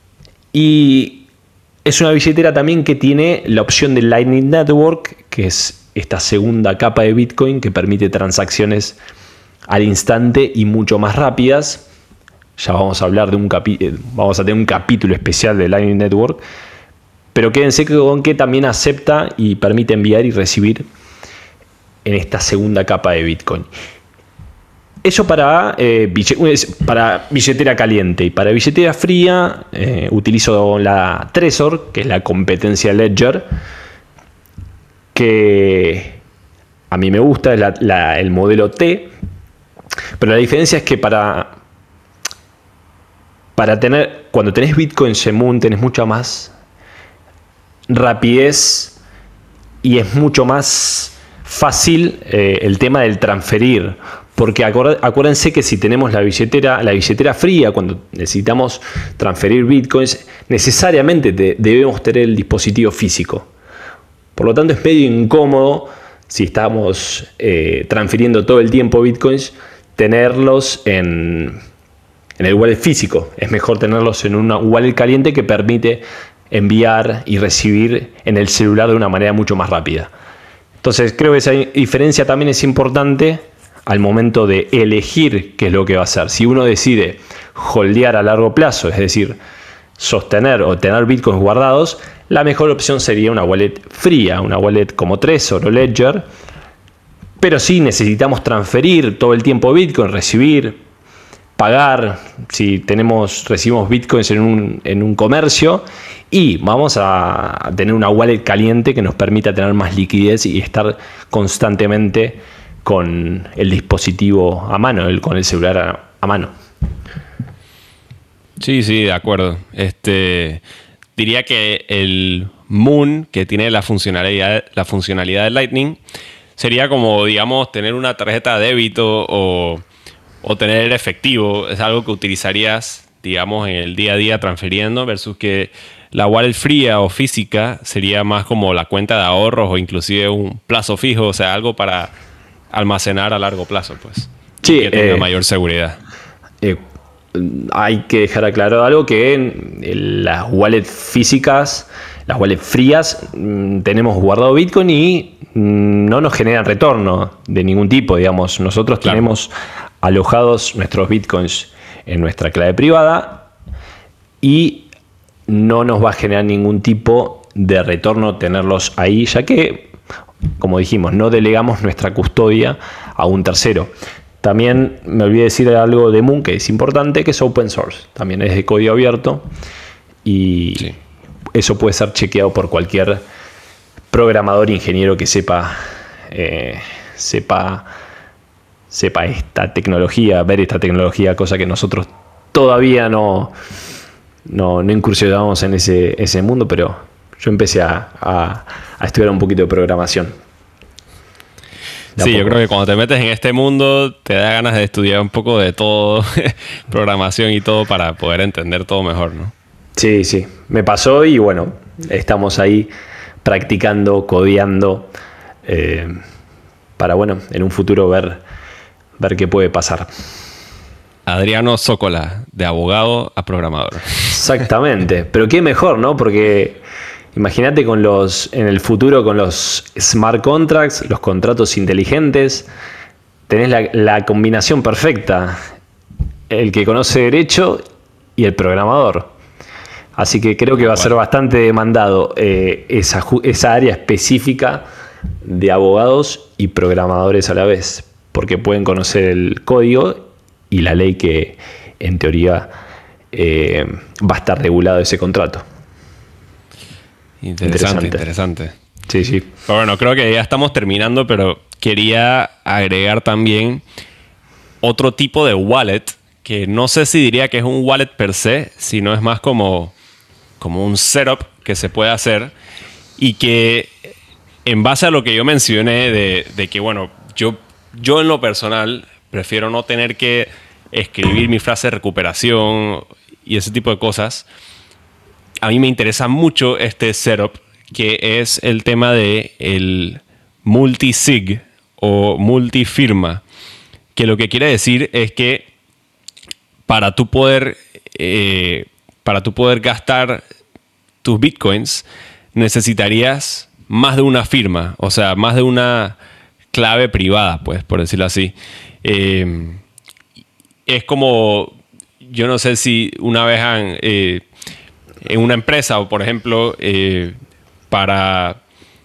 Y es una billetera también que tiene la opción de Lightning Network, que es esta segunda capa de Bitcoin que permite transacciones al instante y mucho más rápidas. Ya vamos a hablar de un capítulo, vamos a tener un capítulo especial de Lightning Network, pero quédense con que también acepta y permite enviar y recibir en esta segunda capa de Bitcoin. Eso para, eh, para billetera caliente. Y para billetera fría eh, utilizo la Trezor, que es la competencia Ledger, que a mí me gusta, es la, la, el modelo T. Pero la diferencia es que para, para tener, cuando tenés Bitcoin en Moon, tenés mucha más rapidez y es mucho más fácil eh, el tema del transferir. Porque acuérdense que si tenemos la billetera, la billetera fría, cuando necesitamos transferir bitcoins, necesariamente te, debemos tener el dispositivo físico. Por lo tanto, es medio incómodo si estamos eh, transfiriendo todo el tiempo bitcoins, tenerlos en, en el wallet físico. Es mejor tenerlos en una wallet caliente que permite enviar y recibir en el celular de una manera mucho más rápida. Entonces, creo que esa diferencia también es importante al momento de elegir qué es lo que va a hacer. Si uno decide holdear a largo plazo, es decir, sostener o tener bitcoins guardados, la mejor opción sería una wallet fría, una wallet como Trezor o Ledger. Pero si necesitamos transferir todo el tiempo bitcoin, recibir, pagar, si tenemos, recibimos bitcoins en un, en un comercio, y vamos a tener una wallet caliente que nos permita tener más liquidez y estar constantemente con el dispositivo a mano, el, con el celular a, a mano. Sí, sí, de acuerdo. Este, diría que el Moon, que tiene la funcionalidad, la funcionalidad de Lightning, sería como, digamos, tener una tarjeta de débito o, o tener efectivo. Es algo que utilizarías, digamos, en el día a día transfiriendo, versus que la wallet fría o física sería más como la cuenta de ahorros o inclusive un plazo fijo, o sea, algo para almacenar a largo plazo, pues. Sí, y que tenga eh, mayor seguridad. Eh, hay que dejar aclarado algo, que en las wallets físicas, las wallets frías, mmm, tenemos guardado Bitcoin y mmm, no nos generan retorno de ningún tipo, digamos. Nosotros claro. tenemos alojados nuestros Bitcoins en nuestra clave privada y no nos va a generar ningún tipo de retorno tenerlos ahí, ya que, como dijimos, no delegamos nuestra custodia a un tercero. También me olvidé decir algo de Moon que es importante, que es open source. También es de código abierto y sí. Eso puede ser chequeado por cualquier programador, ingeniero que sepa, eh, sepa, sepa esta tecnología, ver esta tecnología, cosa que nosotros todavía no, no, no incursionamos en ese, ese mundo, pero yo empecé a, a, a estudiar un poquito de programación. Sí, yo creo que cuando te metes en este mundo te da ganas de estudiar un poco de todo, programación y todo, para poder entender todo mejor, ¿no? Sí, sí, me pasó y bueno, estamos ahí practicando, codeando, eh, para bueno, en un futuro ver, ver qué puede pasar. Adriano Zócola, de abogado a programador. Exactamente, pero qué mejor, ¿no? Porque imagínate con los, en el futuro con los smart contracts, los contratos inteligentes, tenés la, la combinación perfecta, el que conoce derecho y el programador. Así que creo que va a ser bastante demandado eh, esa, esa área específica de abogados y programadores a la vez, porque pueden conocer el código y la ley que en teoría eh, va a estar regulado ese contrato. Interesante, interesante, interesante. Sí, sí. Pero bueno, creo que ya estamos terminando, pero quería agregar también otro tipo de wallet, que no sé si diría que es un wallet per se, sino es más como, como un setup que se puede hacer y que en base a lo que yo mencioné de, de que, bueno, yo, yo en lo personal prefiero no tener que escribir mi frase de recuperación y ese tipo de cosas. A mí me interesa mucho este setup, que es el tema de el multisig o multifirma, que lo que quiere decir es que para tú poder, eh, para tú poder gastar tus bitcoins necesitarías más de una firma, o sea, más de una clave privada, pues, por decirlo así. Eh, es como, yo no sé si una vez han, eh, en una empresa, o por ejemplo, eh, para,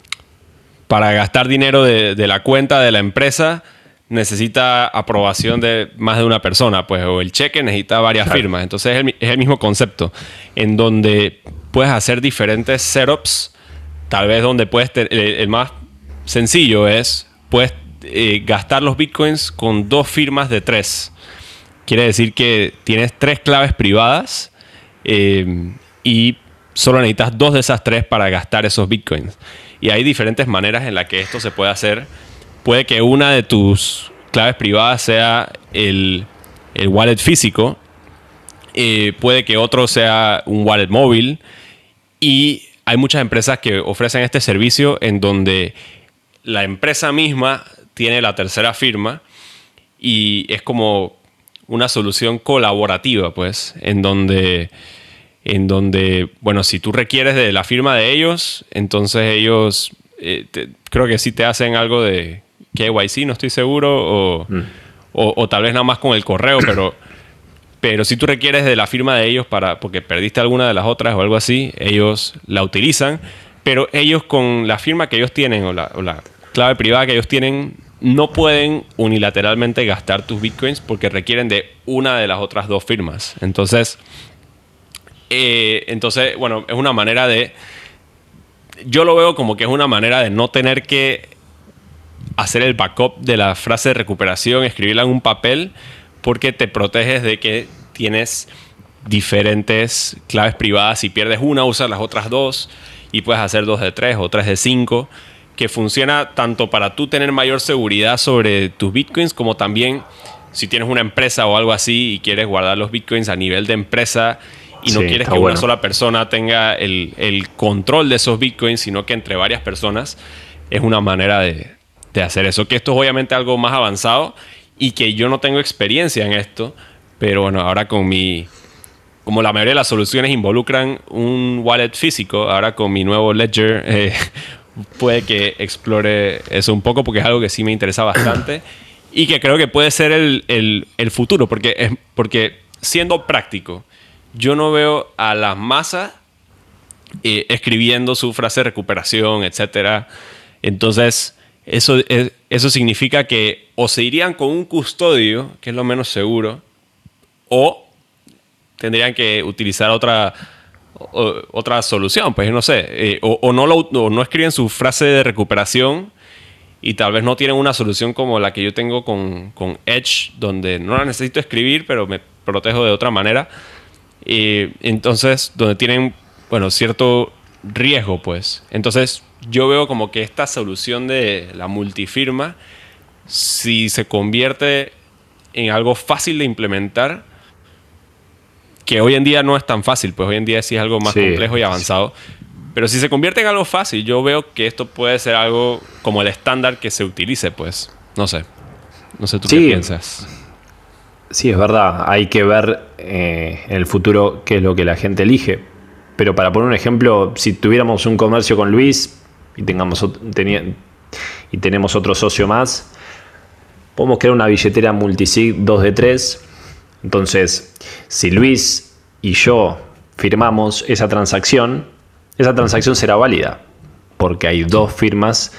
para gastar dinero de, de la cuenta de la empresa, necesita aprobación de más de una persona, pues, o el cheque necesita varias claro. firmas. Entonces es el, es el mismo concepto, en donde puedes hacer diferentes setups, tal vez donde puedes, el, el más sencillo es, puedes eh, gastar los bitcoins con dos firmas de tres. Quiere decir que tienes tres claves privadas eh, y solo necesitas dos de esas tres para gastar esos bitcoins. Y hay diferentes maneras en las que esto se puede hacer. Puede que una de tus claves privadas sea el, el wallet físico. Eh, puede que otro sea un wallet móvil. Y hay muchas empresas que ofrecen este servicio en donde la empresa misma tiene la tercera firma y es como una solución colaborativa, pues, en donde, en donde, bueno, si tú requieres de la firma de ellos, entonces ellos, eh, te, creo que sí te hacen algo de K Y C, no estoy seguro, o, mm. o, o tal vez nada más con el correo, pero, pero si tú requieres de la firma de ellos para, porque perdiste alguna de las otras o algo así, ellos la utilizan, pero ellos con la firma que ellos tienen o la, o la clave privada que ellos tienen, no pueden unilateralmente gastar tus bitcoins porque requieren de una de las otras dos firmas. Entonces, eh, entonces, bueno, es una manera de... Yo lo veo como que es una manera de no tener que hacer el backup de la frase de recuperación, escribirla en un papel, porque te proteges de que tienes diferentes claves privadas. Si pierdes una, usas las otras dos y puedes hacer dos de tres o tres de cinco, que funciona tanto para tú tener mayor seguridad sobre tus bitcoins, como también si tienes una empresa o algo así y quieres guardar los bitcoins a nivel de empresa y no sí, quieres que bueno. una sola persona tenga el, el control de esos bitcoins, sino que entre varias personas, es una manera de, de hacer eso. Que esto es obviamente algo más avanzado y que yo no tengo experiencia en esto, pero bueno, ahora con mi... Como la mayoría de las soluciones involucran un wallet físico, ahora con mi nuevo Ledger... Eh, puede que explore eso un poco, porque es algo que sí me interesa bastante y que creo que puede ser el, el, el futuro, porque, es, porque siendo práctico, yo no veo a las masas eh, escribiendo su frase de recuperación, etcétera. Entonces, eso, es, eso significa que o se irían con un custodio, que es lo menos seguro, o tendrían que utilizar otra... O, otra solución, pues no sé, eh, o, o, no lo, o no escriben su frase de recuperación y tal vez no tienen una solución como la que yo tengo con, con Edge, donde no la necesito escribir, pero me protejo de otra manera. Eh, entonces, donde tienen, bueno, cierto riesgo, pues. Entonces, yo veo como que esta solución de la multifirma si se convierte en algo fácil de implementar, que hoy en día no es tan fácil, pues hoy en día sí es algo más sí, complejo y avanzado. Pero si se convierte en algo fácil, yo veo que esto puede ser algo como el estándar que se utilice, pues. No sé. No sé tú sí, qué piensas. Sí, es verdad. Hay que ver eh, en el futuro qué es lo que la gente elige. Pero para poner un ejemplo, si tuviéramos un comercio con Luis y, tengamos, tenía, y tenemos otro socio más, podemos crear una billetera multisig dos de tres. Entonces, si Luis y yo firmamos esa transacción, esa transacción será válida, porque hay dos firmas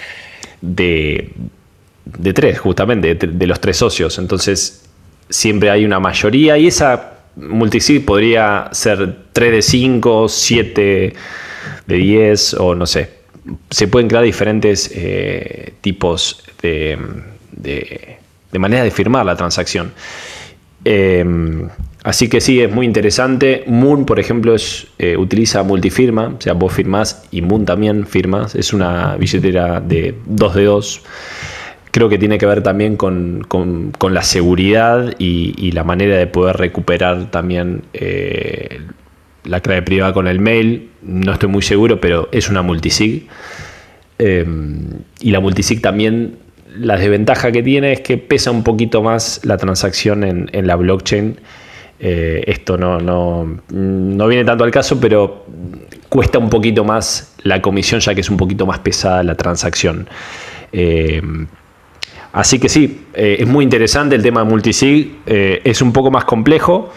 de, de tres, justamente, de, de los tres socios. Entonces, siempre hay una mayoría y esa multisig podría ser tres de cinco, siete de diez o no sé. Se pueden crear diferentes eh, tipos de, de, de maneras de firmar la transacción. Eh, así que sí, es muy interesante. Moon, por ejemplo, es, eh, utiliza multifirma, o sea, vos firmás y Moon también firmas. Es una billetera de dos de dos. Creo que tiene que ver también con, con, con la seguridad y, y la manera de poder recuperar también eh, la clave privada con el mail. No estoy muy seguro, pero es una multisig. Eh, y la multisig también, la desventaja que tiene es que pesa un poquito más la transacción en, en la blockchain. Eh, esto no, no, no viene tanto al caso, pero cuesta un poquito más la comisión, ya que es un poquito más pesada la transacción. Eh, así que sí, eh, es muy interesante el tema de multisig. Eh, es un poco más complejo,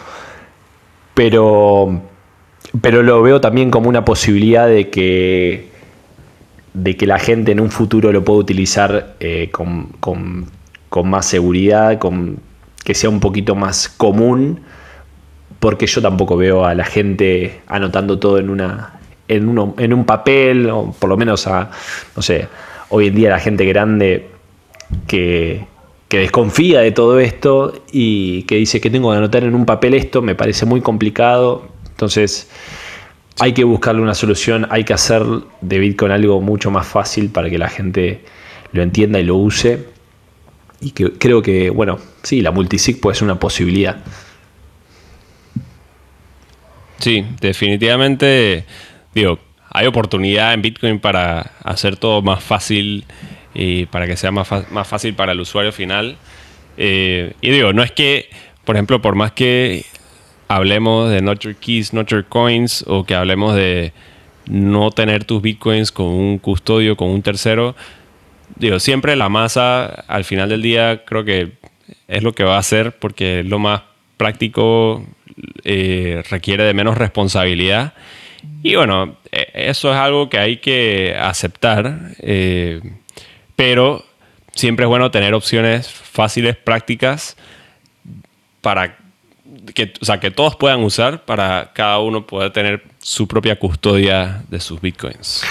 pero, pero lo veo también como una posibilidad de que de que la gente en un futuro lo pueda utilizar eh, con, con, con más seguridad, con, que sea un poquito más común, porque yo tampoco veo a la gente anotando todo en una en, uno, en un papel, o por lo menos a, no sé, hoy en día la gente grande que, que desconfía de todo esto y que dice que tengo que anotar en un papel esto, me parece muy complicado. Entonces hay que buscarle una solución, hay que hacer de Bitcoin algo mucho más fácil para que la gente lo entienda y lo use. Y que creo que, bueno, sí, la multisig puede ser una posibilidad. Sí, definitivamente, digo, hay oportunidad en Bitcoin para hacer todo más fácil y para que sea más, más fácil para el usuario final. Eh, y digo, no es que, por ejemplo, por más que hablemos de not your keys, not your coins, o que hablemos de no tener tus bitcoins con un custodio, con un tercero, digo, siempre la masa al final del día creo que es lo que va a hacer, porque es lo más práctico, eh, requiere de menos responsabilidad. Y bueno, eso es algo que hay que aceptar, eh, pero siempre es bueno tener opciones fáciles, prácticas, para que, o sea, que todos puedan usar, para cada uno poder tener su propia custodia de sus bitcoins.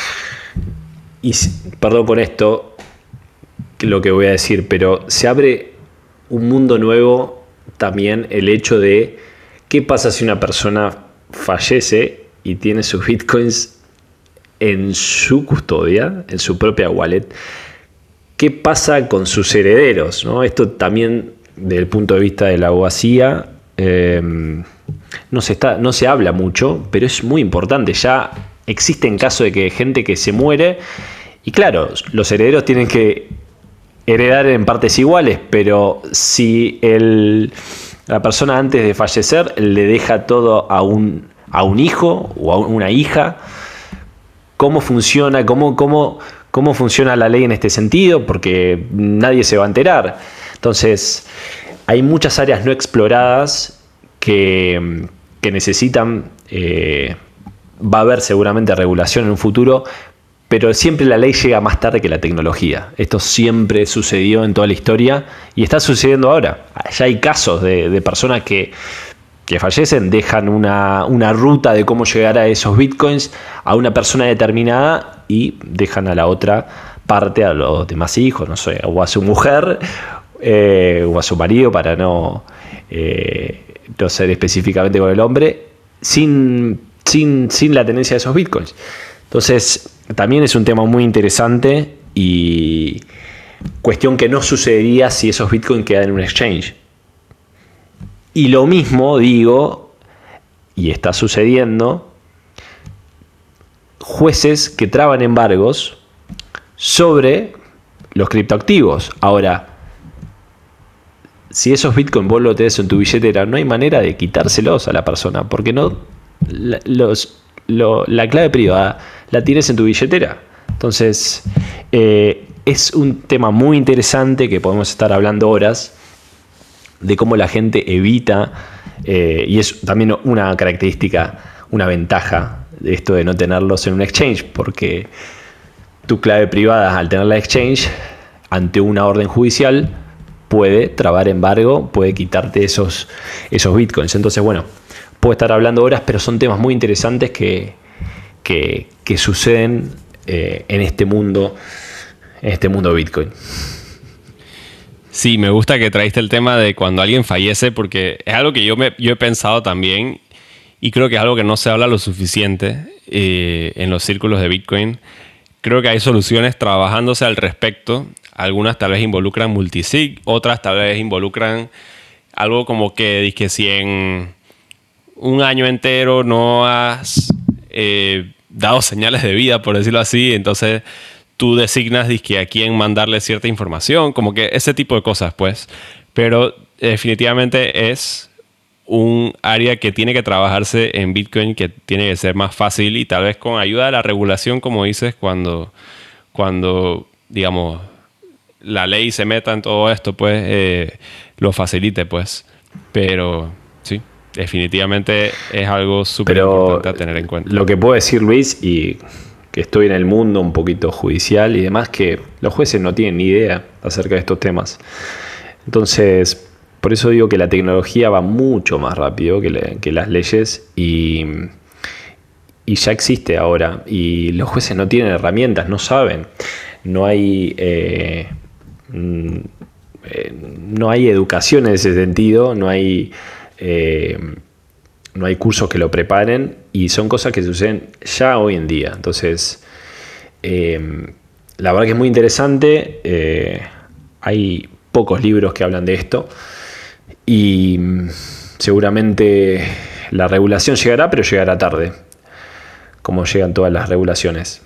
Y perdón por esto, lo que voy a decir, pero se abre un mundo nuevo también, el hecho de qué pasa si una persona fallece y tiene sus bitcoins en su custodia, en su propia wallet. ¿Qué pasa con sus herederos, ¿no? Esto también, desde el punto de vista de la abogacía, eh, no se está, no se habla mucho, pero es muy importante. Ya existen casos de que hay gente que se muere y claro, los herederos tienen que heredar en partes iguales, pero si el, la persona antes de fallecer le deja todo a un, a un hijo o a una hija, ¿cómo funciona? ¿Cómo, cómo, cómo funciona la ley en este sentido? Porque nadie se va a enterar. Entonces, hay muchas áreas no exploradas que, que necesitan, eh, va a haber seguramente regulación en un futuro, pero siempre la ley llega más tarde que la tecnología. Esto siempre sucedió en toda la historia y está sucediendo ahora. Ya hay casos de, de personas que, que fallecen, dejan una, una ruta de cómo llegar a esos bitcoins a una persona determinada y dejan a la otra parte, a los demás hijos, no sé, o a su mujer eh, o a su marido, para no, eh, no ser específicamente con el hombre, sin, sin, sin la tenencia de esos bitcoins. Entonces, también es un tema muy interesante y Cuestión que no sucedería si esos Bitcoin quedan en un exchange. Y lo mismo digo, y está sucediendo, jueces que traban embargos sobre los criptoactivos. Ahora, si esos Bitcoin vos lo tenés en tu billetera, no hay manera de quitárselos a la persona, porque no la, los, lo, la clave privada la tienes en tu billetera. Entonces, eh, es un tema muy interesante que podemos estar hablando horas, de cómo la gente evita, eh, y es también una característica, una ventaja de esto de no tenerlos en un exchange, porque tu clave privada, al tenerla en exchange, ante una orden judicial, puede trabar embargo, puede quitarte esos, esos bitcoins. Entonces, bueno, puedo estar hablando horas, pero son temas muy interesantes que, que, que suceden eh, en este mundo, en este mundo Bitcoin. Sí, me gusta que traíste el tema de cuando alguien fallece, porque es algo que yo, me, yo he pensado también, y creo que es algo que no se habla lo suficiente eh, en los círculos de Bitcoin. Creo que hay soluciones trabajándose al respecto. Algunas tal vez involucran multisig, otras tal vez involucran algo como que, que si en un año entero no has eh, dado señales de vida, por decirlo así, entonces tú designas dizque, a quién mandarle cierta información, como que ese tipo de cosas, pues. Pero definitivamente es un área que tiene que trabajarse en Bitcoin, que tiene que ser más fácil y tal vez con ayuda de la regulación, como dices, cuando, cuando digamos, la ley se meta en todo esto, pues eh, lo facilite, pues. Pero sí, definitivamente es algo súper importante a tener en cuenta. Lo que puedo decir, Luis, y que estoy en el mundo un poquito judicial y demás, que los jueces no tienen ni idea acerca de estos temas. Entonces, por eso digo que la tecnología va mucho más rápido que, le, que las leyes y, y ya existe ahora. Y los jueces no tienen herramientas, no saben. No hay, eh, eh, no hay educación en ese sentido, no hay... Eh, no hay cursos que lo preparen y son cosas que suceden ya hoy en día. Entonces, eh, la verdad que es muy interesante. Eh, hay pocos libros que hablan de esto y seguramente la regulación llegará, pero llegará tarde, como llegan todas las regulaciones.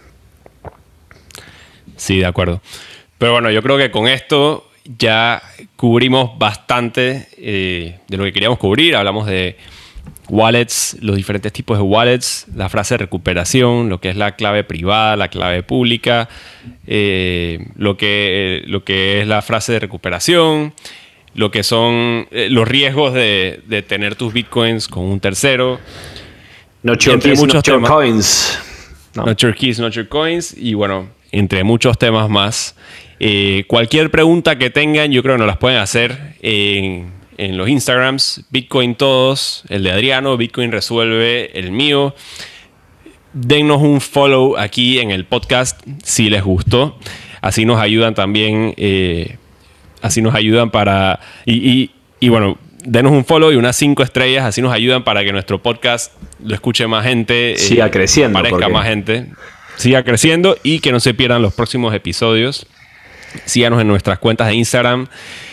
Sí, de acuerdo. Pero bueno, yo creo que con esto ya cubrimos bastante eh, de lo que queríamos cubrir. Hablamos de wallets, los diferentes tipos de wallets, la frase de recuperación, lo que es la clave privada, la clave pública, eh, lo, que, eh, lo que es la frase de recuperación, lo que son eh, los riesgos de, de tener tus bitcoins con un tercero. Not your keys, not your coins. No. Not your keys, not your coins. Y bueno, entre muchos temas más. Eh, cualquier pregunta que tengan, yo creo que nos las pueden hacer en... en los Instagrams, Bitcoin Todos, el de Adriano, Bitcoin Resuelve, el mío. Dennos un follow aquí en el podcast si les gustó. Así nos ayudan también, eh, así nos ayudan para... Y, y, y bueno, denos un follow y unas cinco estrellas, así nos ayudan para que nuestro podcast lo escuche más gente. Siga eh, creciendo. Parezca porque... más gente. Siga creciendo y que no se pierdan los próximos episodios. Síganos en nuestras cuentas de Instagram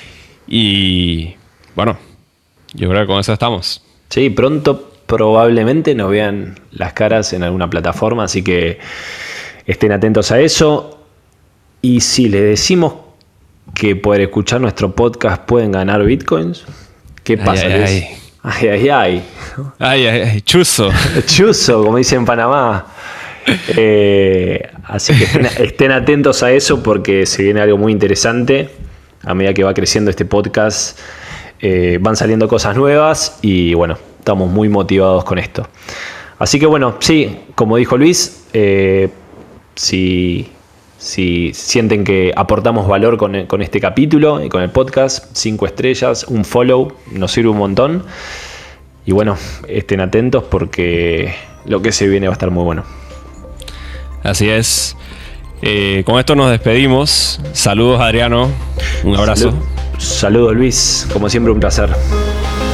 y... bueno, yo creo que con eso estamos. Sí, pronto probablemente nos vean las caras en alguna plataforma, así que estén atentos a eso. Y si les decimos que por escuchar nuestro podcast pueden ganar bitcoins, ¿qué pasa? Ay, ay, ay. Ay, ay, ay. Ay, ay, ay. Chuzo. Chuzo, como dicen en Panamá. Eh, así que estén, estén atentos a eso porque se viene algo muy interesante. A medida que va creciendo este podcast, eh, van saliendo cosas nuevas y bueno, estamos muy motivados con esto. Así que bueno, sí, como dijo Luis, eh, si, si sienten que aportamos valor con, con este capítulo y con el podcast, cinco estrellas, un follow, nos sirve un montón. Y bueno, estén atentos porque lo que se viene va a estar muy bueno. Así es. Eh, con esto nos despedimos. Saludos, Adriano. Un abrazo. Salud, saludos, Luis. Como siempre, un placer.